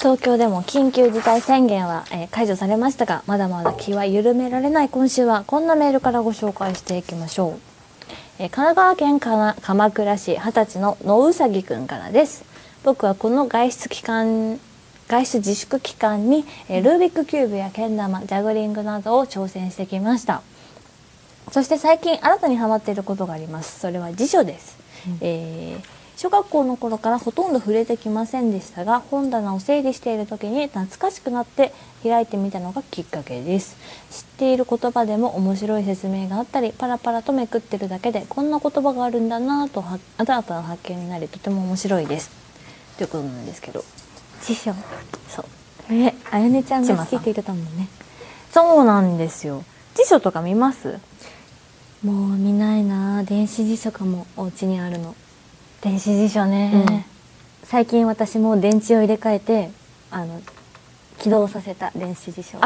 東京でも緊急事態宣言は、解除されましたが、まだまだ気は緩められない今週はこんなメールからご紹介していきましょう。神奈川県鎌倉市20歳の野うさぎくんからです。僕はこの外出自粛期間に、ルービックキューブやけん玉、ジャグリングなどを挑戦してきました。そして最近新たにハマっていることがあります。それは辞書です。小学校の頃からほとんど触れてきませんでしたが、本棚を整理している時に懐かしくなって開いてみたのがきっかけです。知っている言葉でも面白い説明があったり、パラパラとめくってるだけでこんな言葉があるんだなぁと新たな発見になり、とても面白いですということなんですけど、 辞書、 そうあやねちゃんが好きって言ってたもんね。 そうなんですよ。辞書とか見ます？ もう見ないな。電子辞書かも、お家にあるの。 電子辞書ね、 最近私も電池を入れ替えて起動させた電子辞書。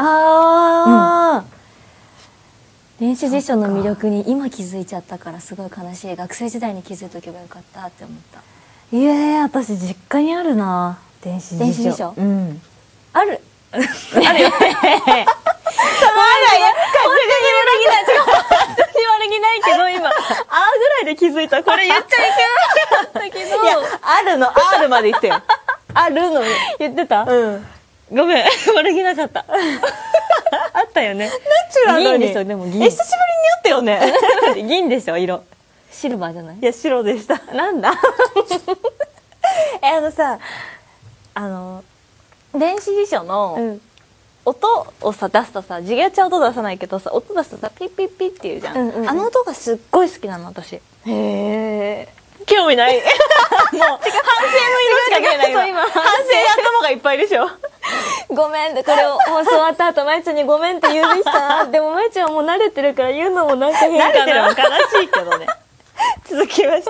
電子辞書の魅力に今気づいちゃったからすごい悲しい。学生時代に気づいとけばよかったって思った。 私実家にあるな、電子辞書。 電子辞書、 あるあるよね。言われぎないけど、今ぐらいで気づいた。これ言っちゃいけなかったけど、いや、あるの R まで言ってよ。あるの言ってた？ ごめん、悪気なかった。あったよね。ナチュラル銀でしょ。でも銀。 久しぶりにあったよね。銀でしょ、色。 シルバーじゃない？ いや、白でした。なんだ。電子辞書の音をさ出すとさ、授業中は音出さないけどさ、音出すとさ、ピッピッピッって言うじゃん。あの音がすっごい好きなの、私。 へえ。 興味ない。もう反省の色しか出ない今。反省頭がいっぱいでしょ。 ごめんって、これを放送終わった後、まゆちゃんにごめんって言うべきかな。でもまゆちゃんはもう慣れてるから言うのもなんか変かな。 慣れてるの悲しいけどね。続きまして、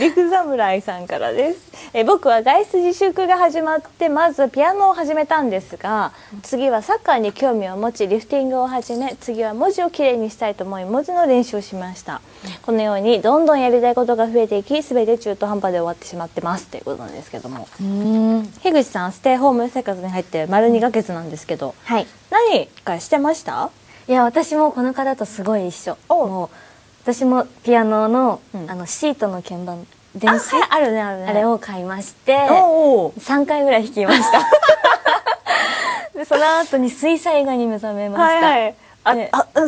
陸侍さんからです。僕は外出自粛が始まってまずピアノを始めたんですが、次はサッカーに興味を持ちリフティングを始め、次は文字をきれいにしたいと思い文字の練習をしました。このようにどんどんやりたいことが増えていき、全て中途半端で終わってしまってますということなんですけども、樋口さんステイホーム生活に入って丸2ヶ月なんですけど、 はい、 何かしてました？ いや、私もこの方とすごい一緒。もう私もピアノの、シートの鍵盤、電子あるねあるね、 あれを買いまして、3回ぐらい弾きました。でその後に水彩画に目覚めました。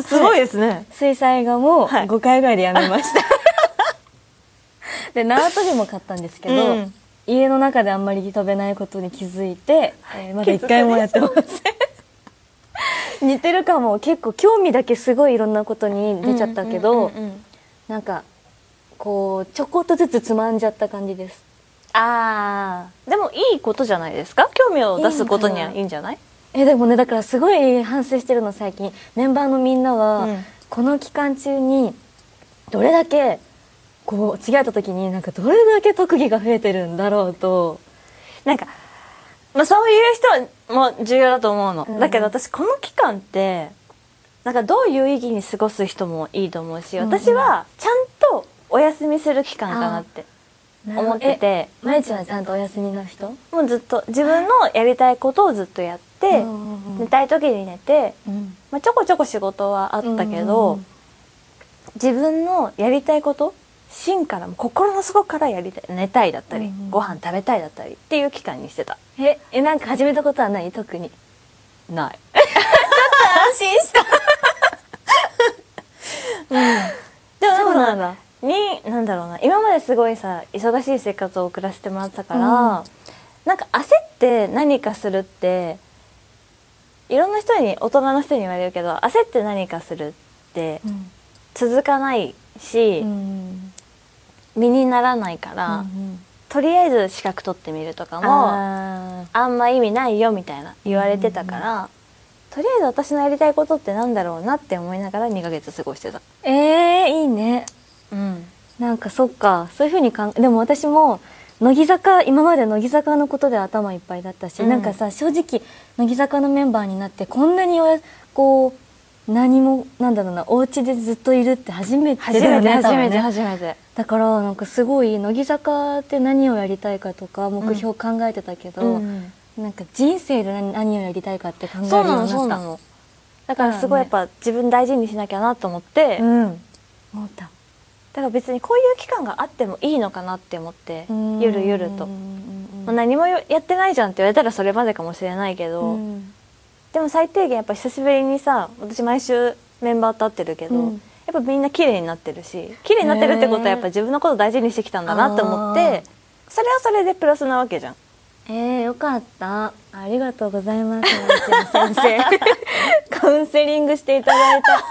すごいですね。 水彩画も5回ぐらいでやめました。で縄跳びも買ったんですけど、家の中であんまり飛べないことに気づいて、まだ1回もやってません。似てるかも。結構興味だけすごいいろんなことに出ちゃったけど、なんかこうちょこっとずつつまんじゃった感じです。 でもいいことじゃないですか。興味を出すことにはいいんじゃない？ でもね、だからすごい反省してるの最近。メンバーのみんなは、この期間中にどれだけこう次会った時になんかどれだけ特技が増えてるんだろうと、 なんかそういう人も重要だと思うの、だけど私この期間ってなんかどういう意義に過ごす人もいいと思うし、私はちゃんとお休みする期間かなって思ってて。 まゆちゃんはちゃんとお休みの人？ もうずっと自分のやりたいことをずっとやって、寝たい時に寝て、ちょこちょこ仕事はあったけど、自分のやりたいこと、心からも心の底からやりたい、寝たいだったり、ご飯食べたいだったりっていう期間にしてた。 なんか始めたことはない？特にない。 ちょっと安心した。 でもそうなんだ。なんだろうな、今まですごいさ忙しい生活を送らせてもらったから、なんか焦って何かするっていろんな人に、大人の人に言われるけど、焦って何かするって続かないし、身にならないから、とりあえず資格取ってみるとかもあんま意味ないよみたいな言われてたから、とりあえず私のやりたいことってなんだろうなって思いながら2ヶ月過ごしてた。 いいね。なんかそっか、そういう風にでも私も乃木坂、今まで乃木坂のことで頭いっぱいだったし、なんかさ、正直乃木坂のメンバーになってこんなにこう何も、なんだろうな、お家でずっといるって初めてだよね。 初めて。 だからなんかすごい乃木坂って何をやりたいかとか目標考えてたけど、 なんか人生で何をやりたいかって考えるそうなのようになった。 そうなの。だからすごいやっぱ自分大事にしなきゃなと思って、 うん、思った。 だから別にこういう期間があってもいいのかなって思って、ゆるゆると、何もやってないじゃんって言われたらそれまでかもしれないけど、でも最低限やっぱ久しぶりにさ、私毎週メンバーと会ってるけど、やっぱみんな綺麗になってるし、綺麗になってるってことはやっぱ自分のこと大事にしてきたんだなって思って、それはそれでプラスなわけじゃん。 よかった。ありがとうございます、先生。カウンセリングしていただいた。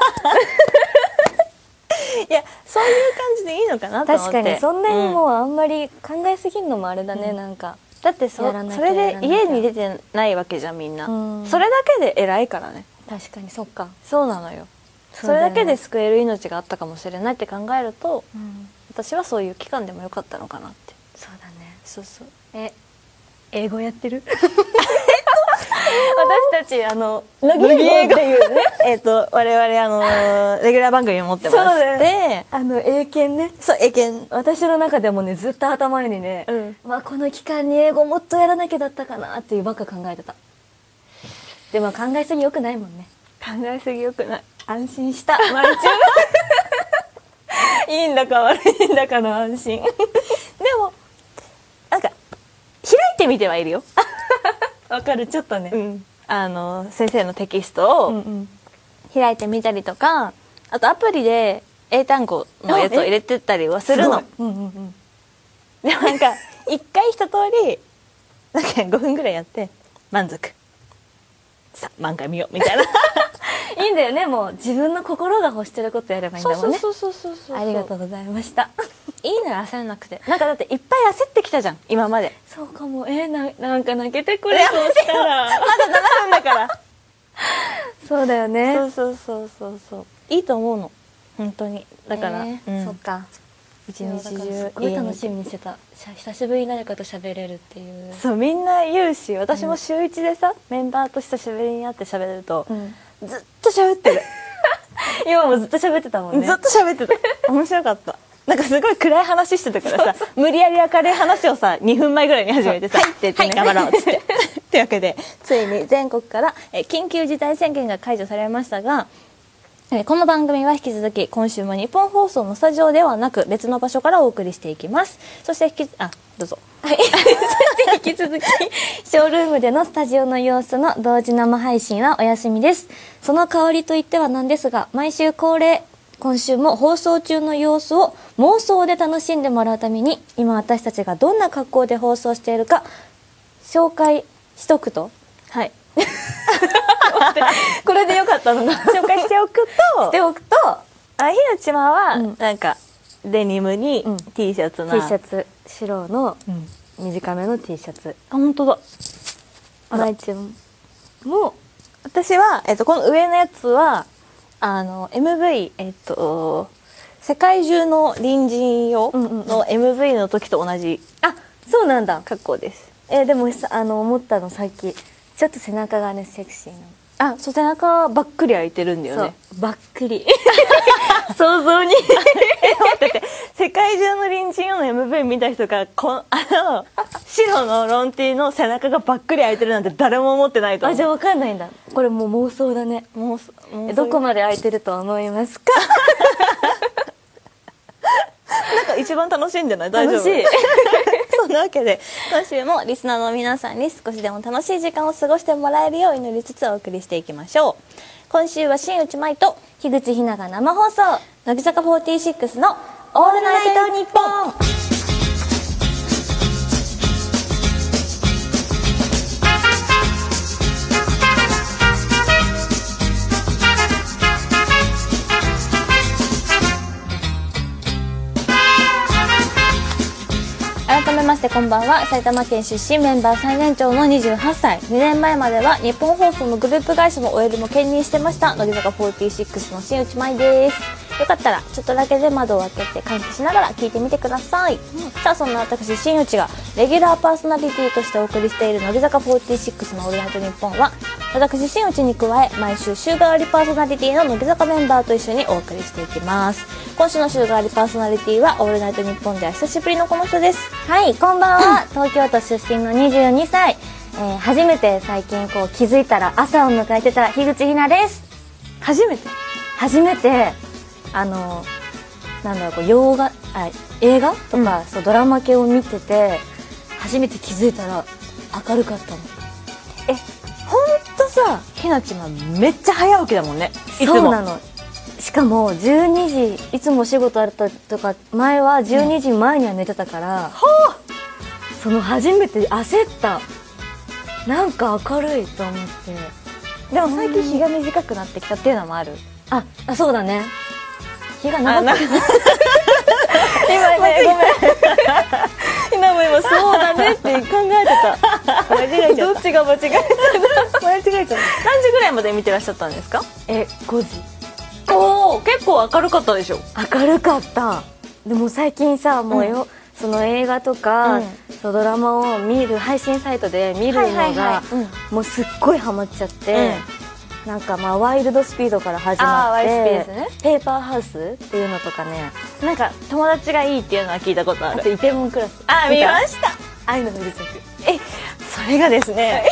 いや、そういう感じでいいのかなと思って。 確かにそんなにもうあんまり考えすぎるのもあれだね、なんか。 だってそれで家に出てないわけじゃんみんな、それだけで偉いからね。 確かにそっか。 そうなのよ。それだけで救える命があったかもしれないって考えると、私はそういう期間でもよかったのかなって。 そうだね。 そうそう。 英語やってる？私たち乃木英語っていうね、 我々レギュラー番組を持ってまして、 英検ね。 そう、英検。 私の中でもね、ずっと頭にね、この期間に英語もっとやらなきゃだったかなっていうばっか考えてた。でも考えすぎよくないもんね。 考えすぎよくない。安心した。 マルチュー。いいんだか悪いんだかの安心。 でもなんか開いてみてはいるよ。 わかる、ちょっとね、 先生のテキストを開いてみたりとか、あとアプリで英単語のやつを入れてったりはするの。でもなんか一回一通りなんか5分ぐらいやって満足、さあ満回見ようみたいな。 いいんだよね、もう自分の心が欲してることやればいいんだもんね。 そうありがとうございました。 いいのよ、焦らなくて。なんかだっていっぱい焦ってきたじゃん今まで。 そうかも。なんか泣けてくれ。そうしたらまだ7分だから。 そうだよね。 そういいと思うの本当に。だから、 そっか。 一日中すごい楽しみにしてた。久しぶりに誰かと喋れるっていう。 そう、みんな言うし、私も週1でさ、メンバーと久しぶりに会って喋ると、ずっと喋ってる。 今もずっと喋ってたもんね。 ずっと喋ってた。面白かった。なんかすごい暗い話してたからさ、無理やり明るい話をさ2分前ぐらいに始めてさ、はいって言ってね、頑張ろうっつって。というわけでついに全国から緊急事態宣言が解除されましたが、この番組は引き続き今週も日本放送のスタジオではなく別の場所からお送りしていきます。そしてどうぞ。 はい。引き続きショールームでのスタジオの様子の同時生配信はお休みです。その代わりといってはなんですが、毎週恒例、今週も放送中の様子を妄想で楽しんでもらうために、今私たちがどんな格好で放送しているか紹介しとくと。 はい。 これでよかったのが紹介しておくと、ひなちまはなんかデニムに T シャツ白の短めの T シャツ。 あ、本当だ。 まいちゃんも、 私はこの上のやつはMV 世界中の隣人よの MV の時と同じ。 あ、そうなんだ。 格好です。 でも思ったの、さっきちょっと背中がねセクシーなの。 あ、そう、背中ばっくり開いてるんだよね。 ばっくり。想像に。 待ってて、世界中の隣人よの MV 見た人が白のロンティーの背中がばっくり開いてるなんて誰も思ってないと思う。 じゃあ分かんないんだ。これもう妄想だね。妄想。どこまで開いてると思いますか？ なんか一番楽しいんじゃない？大丈夫？楽しい。そんなわけで今週もリスナーの皆さんに少しでも楽しい時間を過ごしてもらえるよう祈りつつお送りしていきましょう。今週は新内舞と樋口ひなが生放送、乃木坂46のオールナイトニッポン。改めましてこんばんは。埼玉県出身、メンバー最年長の28歳。2年前までは日本放送のグループ会社の OL も兼任してました乃木坂46の新内舞です。よかったらちょっとだけで窓を開けて換気しながら聞いてみてください。さあ、そんな私新内がレギュラーパーソナリティとしてお送りしている乃木坂46のオールナイトニッポンは、私新内に加え毎週週替わりパーソナリティの乃木坂メンバーと一緒にお送りしていきます。今週の週替わりパーソナリティはオールナイトニッポンでは久しぶりのこの人です。 はい、こんばんは。東京都出身の22歳、 初めて最近こう気づいたら朝を迎えてた樋口ひなです。 初めてなんだろう、こう映画とか、そうドラマ系を見てて初めて気づいたら明るかったの。 ほんとさ、ひなちんはめっちゃ早起きだもんね。 そうなの。しかも12時、いつもお仕事あるとか前は12時前には寝てたから、その初めて焦った。なんか明るいと思って。 でも最近日が短くなってきたっていうのもある。 あ、そうだね。日が長くなった。 今ね、ごめん。ひなも今そうだねって考えてた。間違えちゃった。どっちが間違えた？間違えちゃった。何時ぐらいまで見てらっしゃったんですか ？5時。 おお、結構明るかったでしょ。 明るかった。でも最近さ、もうその映画とか、そうドラマを見る配信サイトで見るのがもうすっごいハマっちゃって、なんかまあワイルドスピードから始まって、ペーパーハウスっていうのとかね、 なんか友達がいいっていうのは聞いたことある。 あとイテウォンクラス。 見ました。 愛の不時着。 それがですね、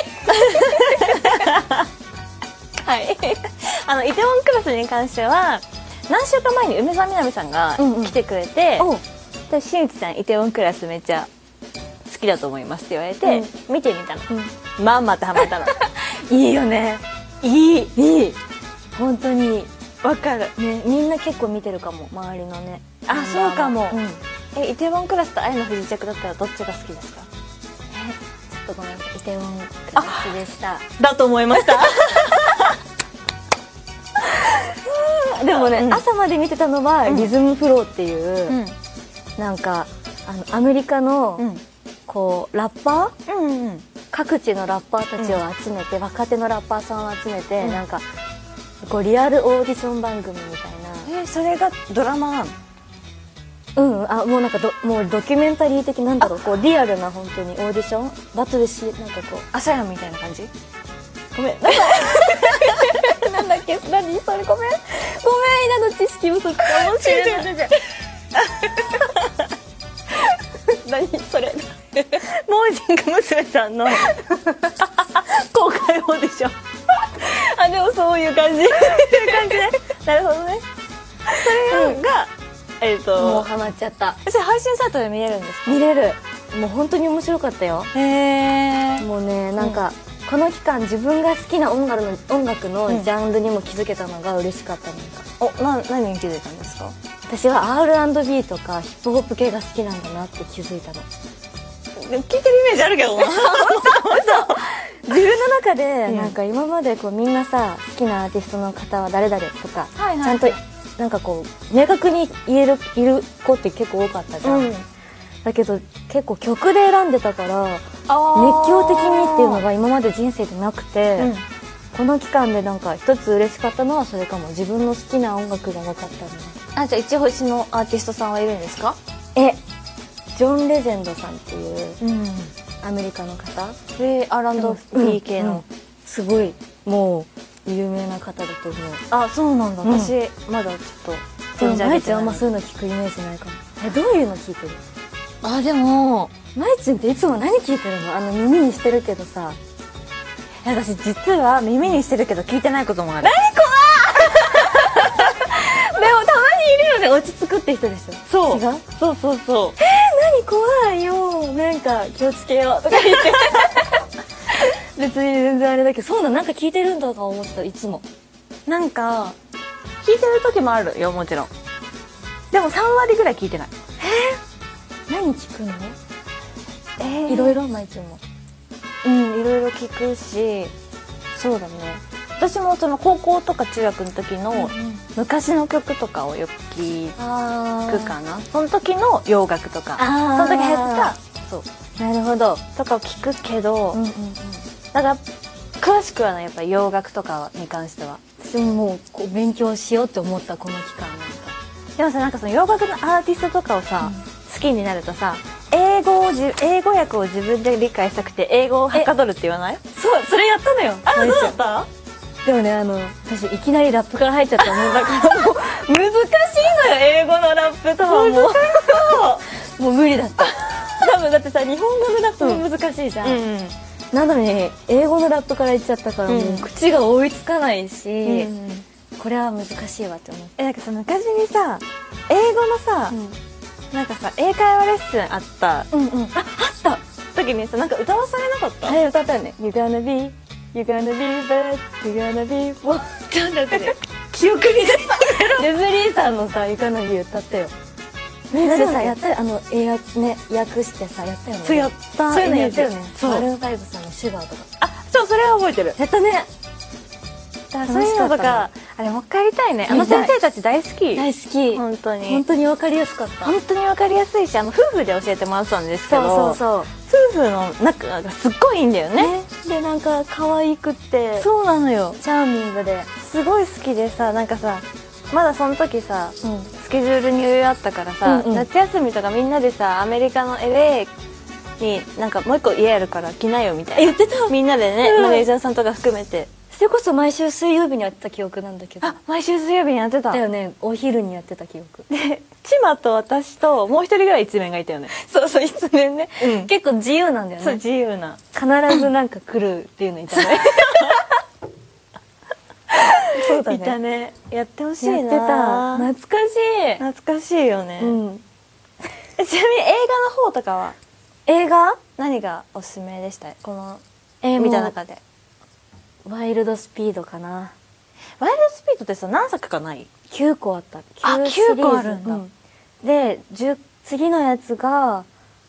はい、イテウォンクラスに関しては何週間前に梅澤美波さんが来てくれて、で新内さんイテウォンクラスめっちゃ好きだと思いますって言われて、見てみたの、まんまとハマったの。 いいよね。いい本当にわかるね。みんな結構見てるかも、周りのね。 そうかも。イテウォンクラスと愛の不時着だったらどっちが好きですか？ ちょっとごめんなさい、イテウォンクラスでした。 だと思いました。 でもね、朝まで見てたのはリズムフローっていう、なんかアメリカのこうラッパー、各地のラッパーたちを集めて、若手のラッパーさんを集めて、なんかこうリアルオーディション番組みたいな。 それがドラマなの？ もうなんかもうドキュメンタリー的、なんだろう、こうリアルな本当にオーディションバトルし、なんかこう朝やんみたいな感じ。 ごめん、なんだっけ、何それ、ごめん、稲の知識不足かもしれない。 何それ。モーニング娘。さんの公開オーディション。でもそういう感じ。そういう感じね。なるほどね。それが、 もうハマっちゃった。 それ配信サイトで見れるんですか？ 見れる。もう本当に面白かったよ。もうね、なんか、この期間自分が好きな音楽のジャンルにも気づけたのが嬉しかったのが。 何に気づいたんですか？ 私は R&B とかヒップホップ系が好きなんだなって気づいたの。 でも聞いてるイメージあるけどな。 自分の中でなんか今までこうみんなさ、好きなアーティストの方は誰々とか、ちゃんとなんかこう明確に言える子って結構多かったじゃん。だけど結構曲で選んでたから熱狂的にっていうのが今まで人生でなくて、この期間でなんか一つ嬉しかったのはそれかも。自分の好きな音楽が分かったの。 じゃあ一押しのアーティストさんはいるんですか？ ジョン・レジェンドさんっていうアメリカの方、 R&B 系のすごいもう有名な方だと思う。 そうなんだ。私まだちょっとでもまいちゃんあんまそういうの聞くイメージないかも。どういうの聞いてる？ でもまいちゃんっていつも何聞いてるの？耳にしてるけどさ。 私実は耳にしてるけど聞いてないこともある。 何怖い。でもたまにいるよね、落ち着くって人でしょ。 そう。 違う？ そう。 何怖いよ。なんか気をつけようとか言って。別に全然あれだけど、そうだ、なんか聞いてるんだとか思った、いつも。 なんか聞いてる時もあるよ、もちろん。でも3割ぐらい聞いてない。 何聞くの？いろいろ、まいちゃんも。 いろいろ聞くし、そうだね。私もその高校とか中学の時の昔の曲とかをよく聞くかな。その時の洋楽とか、その時流行ってた、そう。 なるほど。 とかを聞くけど、だから詳しくはね、やっぱり洋楽とかに関しては。 私ももうこう勉強しようって思った、この期間なんか。 でもさ、なんかその洋楽のアーティストとかをさ、好きになるとさ、英語訳を自分で理解したくて英語をはかどるって言わない？ そう、それやったのよ。 どうだった？ でもね、私いきなりラップから入っちゃったもんだからもう難しいのよ、英語のラップとはもうもう無理だった。 多分だってさ、日本語のラップも難しいじゃん。 なのに英語のラップから言っちゃったからもう口が追いつかないし、これは難しいわって思って。 なんかさ昔にさ英語のさ、なんかさ英会話レッスンあった、 あった時にさなんか歌わされなかった？ あれ歌ったよね。 You gonna be You gonna be bad You gonna be what ちょっと待ってね記憶に出たレズリーさんのさ「You gonna be」歌ったよ。みんなでさやったよ、英訳ね訳してさやったよね。 そうやった。 そういうのやったよね。 そうマルーン5さんの「シュガー」とか。 そうそれは覚えてる。 やったね。 だからそういうのとかあれもう一回やりたいね。あの先生たち大好き。 大好き。 本当に分かりやすかった。 本当に分かりやすいし夫婦で教えてもらってたんですけど、 そう夫婦の仲がすっごいいいんだよね。 でなんか可愛くってそうなのよ。 チャーミングですごい好きでさなんかさまだその時さ、スケジュールに余裕あったからさ、夏休みとかみんなでさアメリカの LA になんかもう一個家あるから来なよみたいな言ってた。 みんなでね、マネージャーさんとか含めてそれこそ毎週水曜日にやってた記憶なんだけど。 毎週水曜日にやってただよね。お昼にやってた記憶でチマと私ともう一人ぐらい一面がいたよね。 そう一面ね、結構自由なんだよね。 そう自由な必ずなんか来るっていうのいたねそうだね。 いたね。やってほしいな。 やってた。懐かしい。 懐かしいよね。ちなみに映画の方とかは映画何がおすすめでした？この見た中で。 ワイルドスピードかな。 ワイルドスピードってさ何作かない？ 9 個あった。 9個あるんだ。 で次のやつが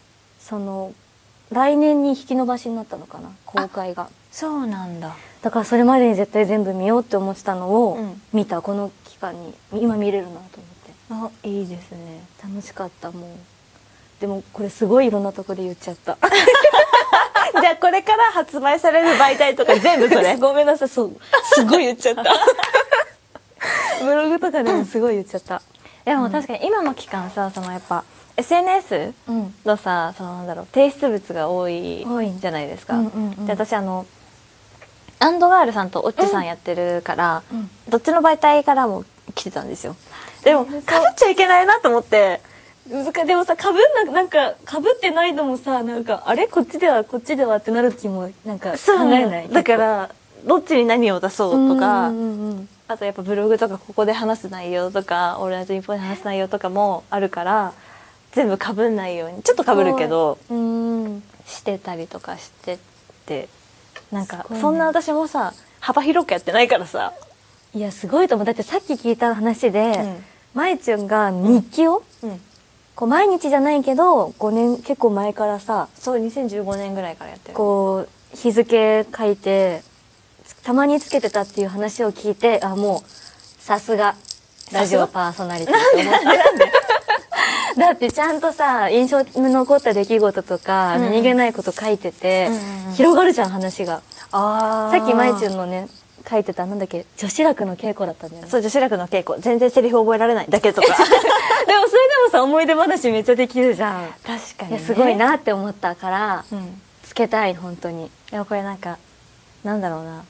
来年に引き延ばしになったのかな、公開が。 そうなんだ。 だからそれまでに絶対全部見ようって思ってたのを見た、この期間に今見れるなと思って。 いいですね。 楽しかった。もうでもこれすごいいろんなところで言っちゃったじゃあこれから発売される媒体とか全部それごめんなさい。そうすごい言っちゃったブログとかでもすごい言っちゃった。 でも確かに今の期間さやっぱ SNS のさなんだろう提出物が多いじゃないですか。で私アンドガールさんとオッチさんやってるから、どっちの媒体からも来てたんですよ。でもかぶっちゃいけないなと思って。 でもさなんかかぶってないのもさなんかあれこっちではってなる時もなんか考えない。 だからどっちに何を出そうとか、あとやっぱブログとかここで話す内容とかオールナイトニッポンで話す内容とかもあるから全部かぶんないようにちょっとかぶるけどしてたりとかしてて、なんかそんな私もさ幅広くやってないからさ。 いやすごいと思う。だってさっき聞いた話でまいちゅんが日記をこう毎日じゃないけど5年結構前からさ、 そう2015年ぐらいからやってる。 こう日付書いてたまにつけてたっていう話を聞いて、もうさすがラジオパーソナリティって思った。なんでだってちゃんとさ印象に残った出来事とか、何気ないこと書いてて、広がるじゃん話が。さっきまいちゅんのね書いてたなんだっけ女子楽の稽古だったんだよね。 そう女子楽の稽古全然セリフ覚えられないだけとかでもそれでもさ思い出話めっちゃできるじゃん。 確かに、ね、 すごいなって思ったから、つけたい本当に。 でもこれなんかなんだろうな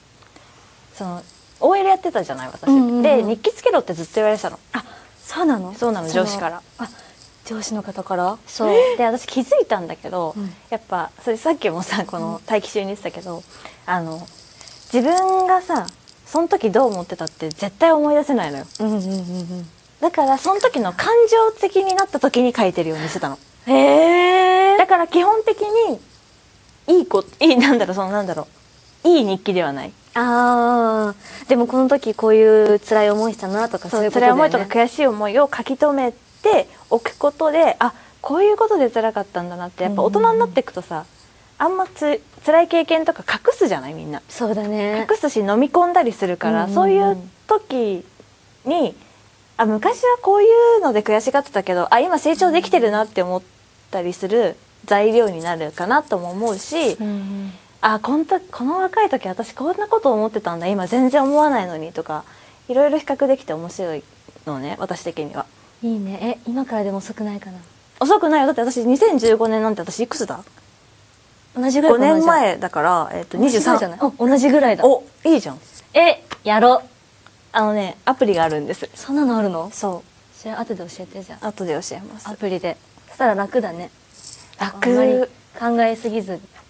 OL やってたじゃない私、で日記つけろってずっと言われてたの。 そうなの？ そうなの上司から。 上司の方から？ そうで私気づいたんだけど、やっぱそれさっきもさこの待機中に言ってたけど、自分がさその時どう思ってたって絶対思い出せないのよ。だからその時の感情的になった時に書いてるようにしてたの。だから基本的にいい日記ではない。 でもこの時こういう辛い思いしたなとかそういうことだよね。 辛い思いとか悔しい思いを書き留めておくことでこういうことで辛かったんだなってやっぱ大人になっていくとさあんま辛い経験とか隠すじゃないみんな。 そうだね。 隠すし飲み込んだりするから、そういう時に昔はこういうので悔しがってたけど今成長できてるなって思ったりする材料になるかなとも思うし、この若い時私こんなこと思ってたんだ今全然思わないのにとかいろいろ比較できて面白いのね私的には。 いいね。今からでも遅くないかな？ 遅くないよ。だって私2015年なんて私いくつだ？ 同じぐらいかな。 5年前だから23じゃない？ 同じぐらいだ。 いいじゃん。 やろう。 アプリがあるんです。 そんなのあるの？ そう。 じゃあ後で教えて。じゃあ後で教えます。 アプリで。そしたら楽だね。 楽。 あんまり考えすぎず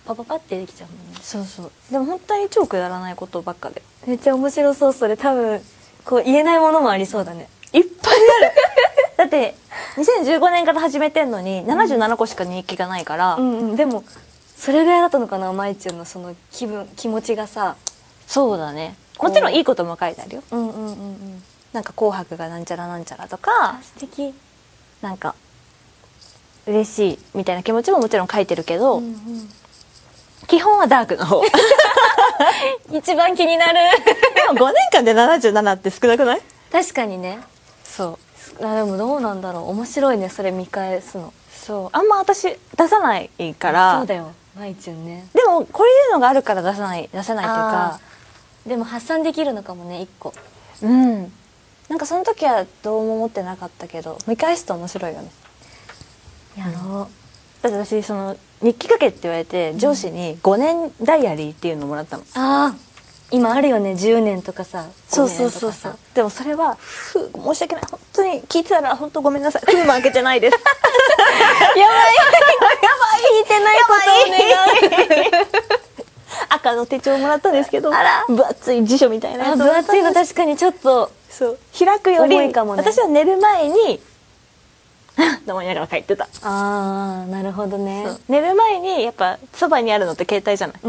パパパってできちゃうもんね。 そうそう。でも本当に超くだらないことばっかで。 めっちゃ面白そう。それ多分こう言えないものもありそうだね。 いっぱいある。だって2015年から始めてんのに77個しか日記がないから、 でもそれぐらいだったのかな、まいちゅんのその気持ちがさ。 そうだね。もちろんいいことも書いてあるよ。なんか紅白がなんちゃらなんちゃらとか、 素敵。 なんか嬉しいみたいな気持ちももちろん書いてるけど、基本はダークの方。 一番気になる。 でも5年間で77って少なくない？ 確かにね。 そう。 でもどうなんだろう、面白いね、それ見返すの。 そう。あんま私出さないから。 そうだよ、まいちゅんね。 でもこういうのがあるから出せないっていうか。 でも発散できるのかもね、一個。 なんかその時はどうも思ってなかったけど、見返すと面白いよね。 やろう。 だって私その日記書けって言われて、上司に5年ダイアリーっていうのをもらったの。 ああ、今あるよね、10年とかさ。 そうそうそうそう。でもそれは申し訳ない、本当に聞いてたら本当ごめんなさい。封も開けてないです。やばいやばい、聞いてないことお願い。赤の手帳もらったんですけど、分厚い辞書みたいなやつ。 分厚いの確かにちょっとそう開くより重いかもね。 私は寝る前にと思いながら書いてた。 ああ、なるほどね。 寝る前にやっぱそばにあるのって携帯じゃない。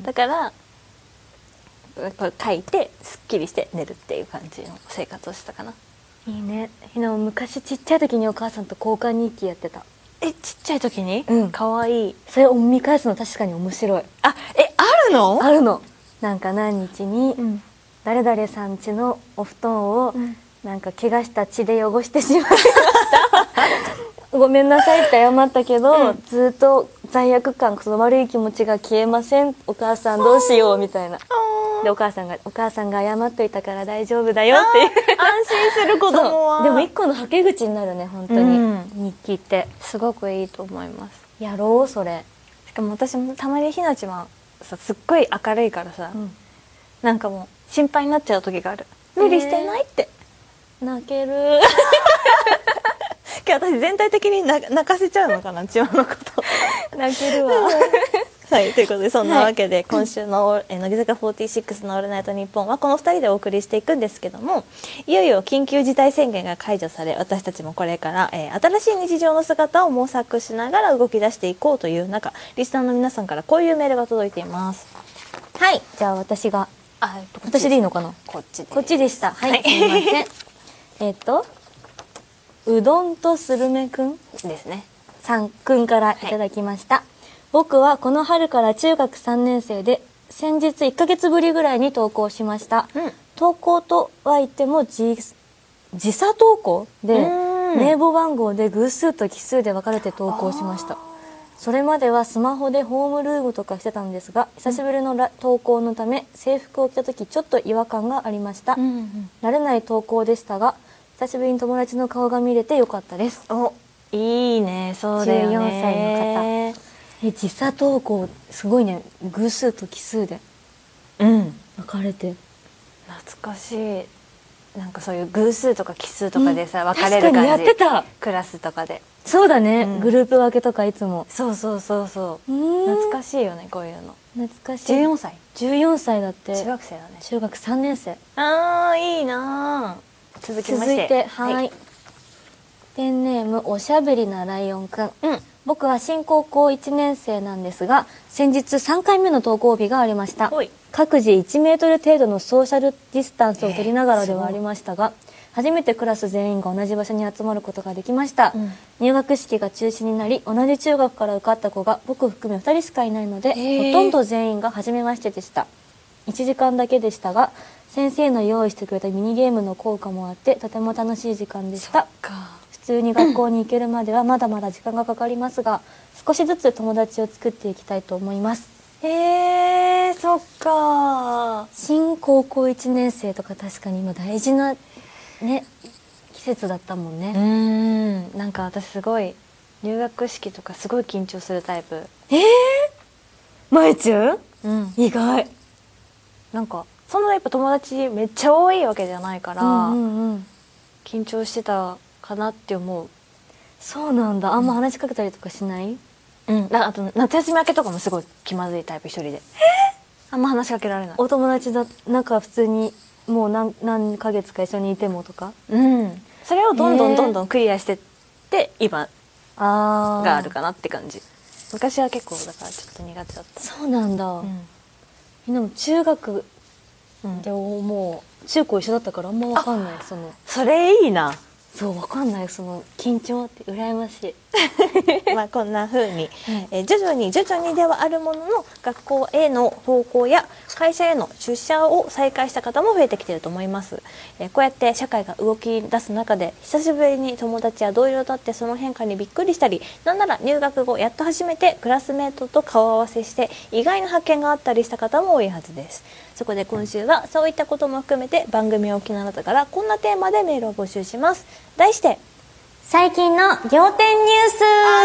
だからこれ書いてすっきりして寝るっていう感じの生活をしたかな。 いいね。ひなも昔ちっちゃい時にお母さんと交換日記やってた。 ちっちゃい時に？かわいい。 それを見返すの確かに面白い。 あるの？あるの。なんか何日に誰々さん家のお布団をなんか怪我した血で汚してしまいました。ごめんなさいって謝ったけど、ずっと罪悪感、その悪い気持ちが消えません。お母さんどうしようみたいな。でお母さんが謝っといたから大丈夫だよっていう。安心する子供は。 でも一個のはけ口になるね、本当に。日記ってすごくいいと思います。 やろうそれ。 しかも私もたまにひなちはさ、すっごい明るいからさ、なんかもう心配になっちゃう時がある。無理してないって。 泣ける。 私全体的に泣かせちゃうのかな、千葉のこと。 泣けるわ。 はい、ということでそんなわけで、今週の乃木坂46のオールナイトニッポンはこの2人でお送りしていくんですけども、いよいよ緊急事態宣言が解除され、私たちもこれから、新しい日常の姿を模索しながら動き出していこうという中、リスナーの皆さんからこういうメールが届いています。 はい、じゃあ私が私でいいのかな。こっちでした。はい、すみません。うどんとスルメくんですね。 さんくんからいただきました。僕はこの春から中学3年生で、先日1ヶ月ぶりぐらいに登校しました。登校とは言っても時差登校で、名簿番号で偶数と奇数で分かれて登校しました。それまではスマホでホームルームとかしてたんですが、久しぶりの登校のため制服を着た時ちょっと違和感がありました。慣れない登校でしたが、久しぶりに友達の顔が見れてよかったです。 いいね。そうだよね。 14歳の方。時差登校すごいね。偶数と奇数で分かれて。 懐かしい。なんかそういう偶数とか奇数とかでさ、分かれる感じ。 確かにやってた。 クラスとかで。 そうだね、グループ分けとかいつも。 そう懐かしいよね、こういうの。 懐かしい。14歳だって。 中学生だね。 中学3年生。 いいな。続いて、はい。ペンネームおしゃべりなライオンくん。僕は新高校1年生なんですが、先日3回目の登校日がありました。各自1メートル程度のソーシャルディスタンスを取りながらではありましたが、初めてクラス全員が同じ場所に集まることができました。入学式が中止になり、同じ中学から受かった子が僕含め2人しかいないので、ほとんど全員が初めましてでした。1時間だけでしたが、先生の用意してくれたミニゲームの効果もあって、とても楽しい時間でした。普通に学校に行けるまではまだまだ時間がかかりますが、少しずつ友達を作っていきたいと思います。 そっか。 新高校1年生とか確かに今大事なね、季節だったもんね。 なんか私すごい入学式とかすごい緊張するタイプ。 まいちゅん？意外。 なんかそんなやっぱ友達めっちゃ多いわけじゃないから、緊張してたかなって思う。 そうなんだ。あんま話しかけたりとかしない？ あと夏休み明けとかもすごい気まずいタイプ、一人で。あんま話しかけられない。 お友達だ、なんか普通にもう何ヶ月か一緒にいてもとか。 それをどんどんクリアしてって今があるかなって感じ。昔は結構だからちょっと苦手だった。 そうなんだ。みんなも中学でもう中高一緒だったからあんま分かんない。 それいいな。 そう分かんない、その緊張って羨ましい。 まあこんな風に、徐々にではあるものの学校への登校や会社への出社を再開した方も増えてきていると思います。こうやって社会が動き出す中で久しぶりに友達や同僚と会ってその変化にびっくりしたり、なんなら入学後やっと初めてクラスメートと顔合わせして意外な発見があったりした方も多いはずです。そこで今週はそういったことも含めて番組をお聞きのあなたからこんなテーマでメールを募集します。題して最近の仰天ニュース。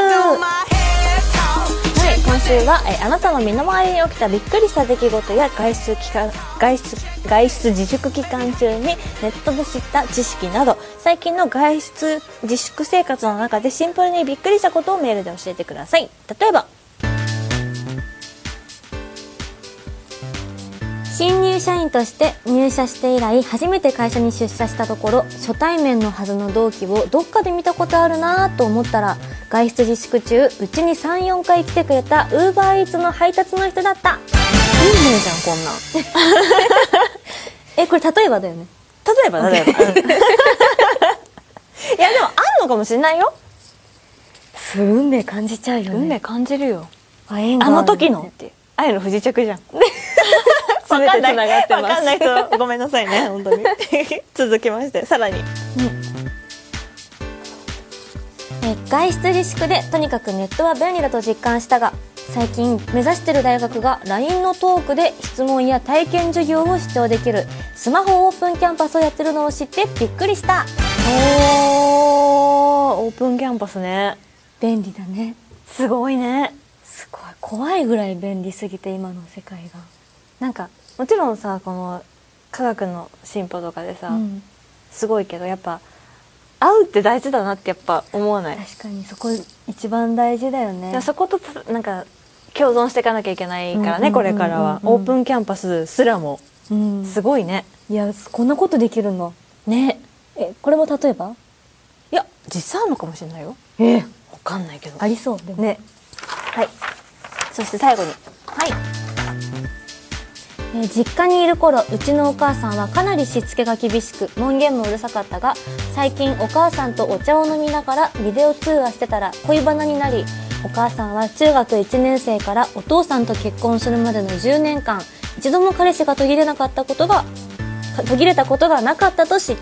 はい、今週はあなたの身の回りに起きたびっくりした出来事や外出自粛期間中にネットで知った知識など、最近の外出自粛生活の中でシンプルにびっくりしたことをメールで教えてください。例えば新入社員として入社して以来初めて会社に出社したところ、初対面のはずの同期をどっかで見たことあるなと思ったら、外出自粛中うちに 3,4 回来てくれた UberEats の配達の人だった。いいねじゃんこんなんこれ例えばだよね。 例えばいやでもあんのかもしれないよ。 運命感じちゃうよね。 運命感じるよ。 あの時のっていう愛の不時着じゃん。全てつながってます。分かんない人ごめんなさいね本当に。続きましてさらに、 外出自粛でとにかくネットは便利だと実感したが、最近目指してる大学が LINE のトークで質問や体験授業を視聴できるスマホオープンキャンパスをやってるのを知ってびっくりした。 オープンキャンパスね。 便利だね。 すごいね。 すごい怖いぐらい便利すぎて、今の世界が。 なんかもちろんさ、この科学の進歩とかでさ、すごいけどやっぱ会うって大事だなってやっぱ思わない？ 確かにそこ一番大事だよね。 そことなんか共存していかなきゃいけないからね、これからは。オープンキャンパスすらもすごいね。 いやこんなことできるのね。これも例えば？ いや実際あるのかもしれないよ。わかんないけどありそうでもね。はい、そして最後に、 実家にいる頃、うちのお母さんはかなりしつけが厳しく門限もうるさかったが、最近お母さんとお茶を飲みながらビデオ通話してたら恋バナになり、お母さんは中学1年生からお父さんと結婚するまでの10年間一度も彼氏が途切れたことがなかったと知った。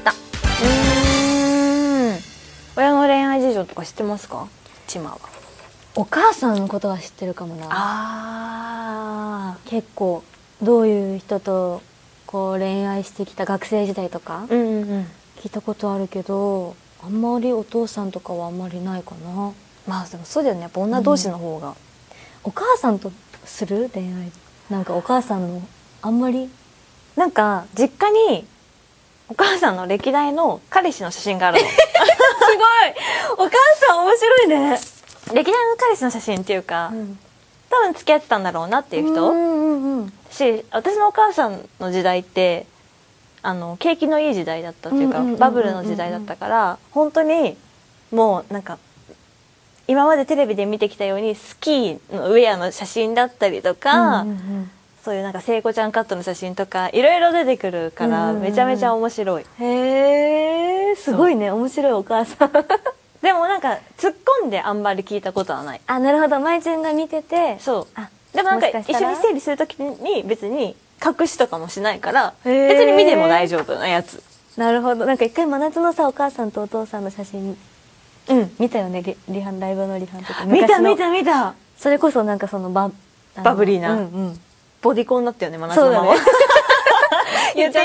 親の恋愛事情とか知ってますか？チマは。 お母さんのことは知ってるかもな。結構どういう人とこう恋愛してきた学生時代とか聞いたことあるけど、あんまりお父さんとかはあんまりないかな。 まあでもそうだよね、やっぱ女同士の方が、 お母さんとする恋愛、なんかお母さんのあんまり、 なんか実家にお母さんの歴代の彼氏の写真があるの。すごい、お母さん面白いね。 歴代の彼氏の写真っていうか、多分付き合ってたんだろうなっていう人し、私のお母さんの時代って景気のいい時代だったっていうか、バブルの時代だったから、本当にもうなんか今までテレビで見てきたようにスキーのウェアの写真だったりとか、そういうなんか聖子ちゃんカットの写真とかいろいろ出てくるから、めちゃめちゃ面白い。 へえ、すごいね、面白いお母さん。 でもなんか突っ込んであんまり聞いたことはない。 あ、なるほど、まいちゃんが見てて。 そう。でもなんか一緒に整理するときに別に隠しとかもしないから、別に見ても大丈夫なやつ。 なるほど。なんか一回真夏のさ、お母さんとお父さんの写真見たよね。ライブのリハンとか。 見た。 それこそなんかそのバブリーな、ボディコンだったよね、真夏のまま。言っちゃった。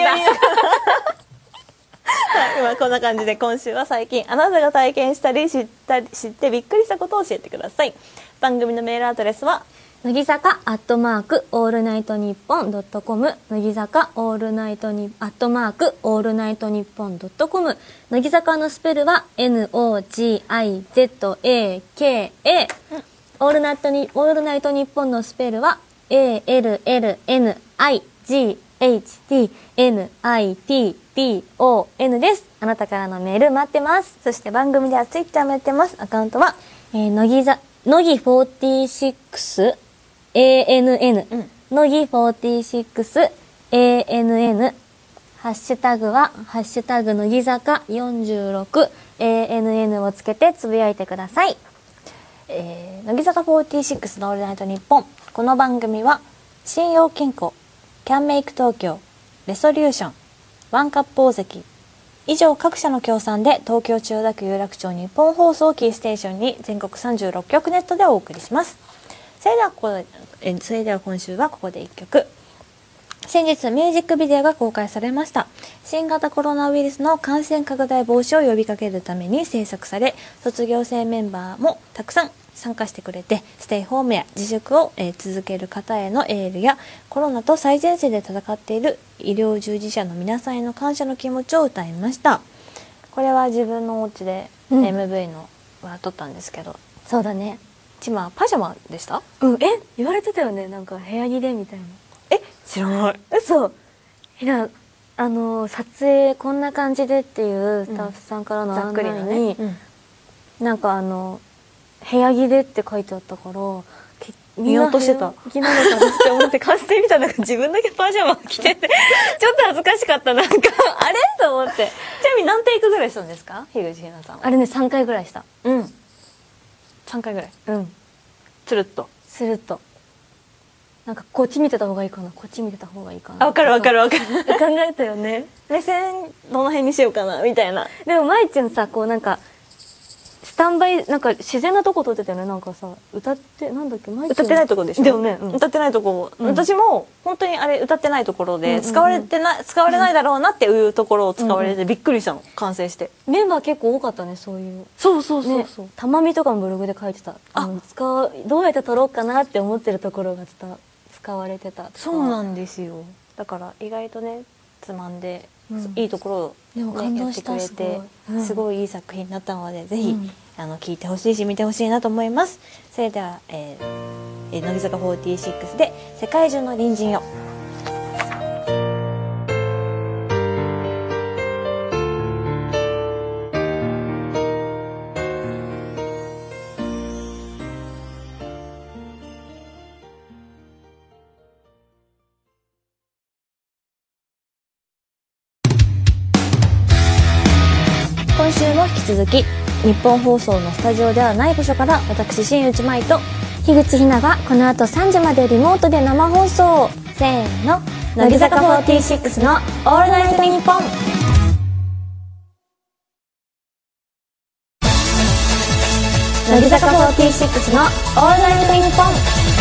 今こんな感じで、今週は最近あなたが体験したり知ってびっくりしたことを教えてください。番組のメールアドレスは乃木坂オールナイトニッポン.com、乃木坂オールナイトニオールナイトニッポン.com、乃木坂のスペルはNOGIZAKA。 オールナイトニッポンのスペルは ALLNIGHTNITPON です。あなたからのメール待ってます。そして番組ではツイッターもやってます。アカウントは、乃木46 ANN、乃木46 ANN、ハッシュタグはハッシュタグ乃木坂46 ANN をつけてつぶやいてください。乃木坂46のオールナイトニッポン。この番組は信用金庫、キャンメイク東京、レソリューション、ワンカップ大関以上各社の協賛で東京千代田区有楽町日本放送キーステーションに全国36局ネットでお送りします。それでは今週はここで1曲。先日ミュージックビデオが公開されました。新型コロナウイルスの感染拡大防止を呼びかけるために制作され、卒業生メンバーもたくさん参加してくれて、ステイホームや自粛を続ける方へのエールや、コロナと最前線で戦っている医療従事者の皆さんへの感謝の気持ちを歌いました。これは自分のお家で MV のは撮ったんですけど、 そうだね。 ちまパジャマでした？ 言われてたよね。なんか部屋着でみたいな。 知らない。 嘘。撮影こんな感じでっていうスタッフさんからの案内に、なんか部屋着でって書いてあったから、 見落としてた。 着なのかなって思って完成見たら自分だけパジャマ着ててちょっと恥ずかしかった。なんかあれと思って。 ちなみに何テイクぐらいしたんですか、樋口ひなさんは？ あれね、3回ぐらいした。 3回ぐらい。つるっとスルッと。なんかこっち見てた方がいいかな、こっち見てた方がいいかな。 わかる考えたよね。 目線どの辺にしようかなみたいな。 でもまいちゅんさ、こうなんかスタンバイ、なんか自然なとこ撮ってたよね。なんかさ、歌ってなんだっけ、まいちゅん歌ってないとこでしょ。 でもね、 歌ってないとこ、私も本当にあれ歌ってないところで使われないだろうなっていうところを使われてびっくりしたの、完成して。 メンバー結構多かったね、そういう。 そうたまみとかもブログで書いてた。どうやって撮ろうかなって思ってるところが使われてた。 そうなんですよ。だから意外とね、つまんで、いいところを、やってくれて、すごいいい作品になったので、ぜひ聴いてほしいし見てほしいなと思います。それでは、乃木坂46で世界中の隣人よ。今週も引き続き日本放送のスタジオではない場所から私新内舞と樋口ひながこの後3時までリモートで生放送。 せーの、乃木坂46のオールナイトニッポン。乃木坂46のオールナイトニッポン。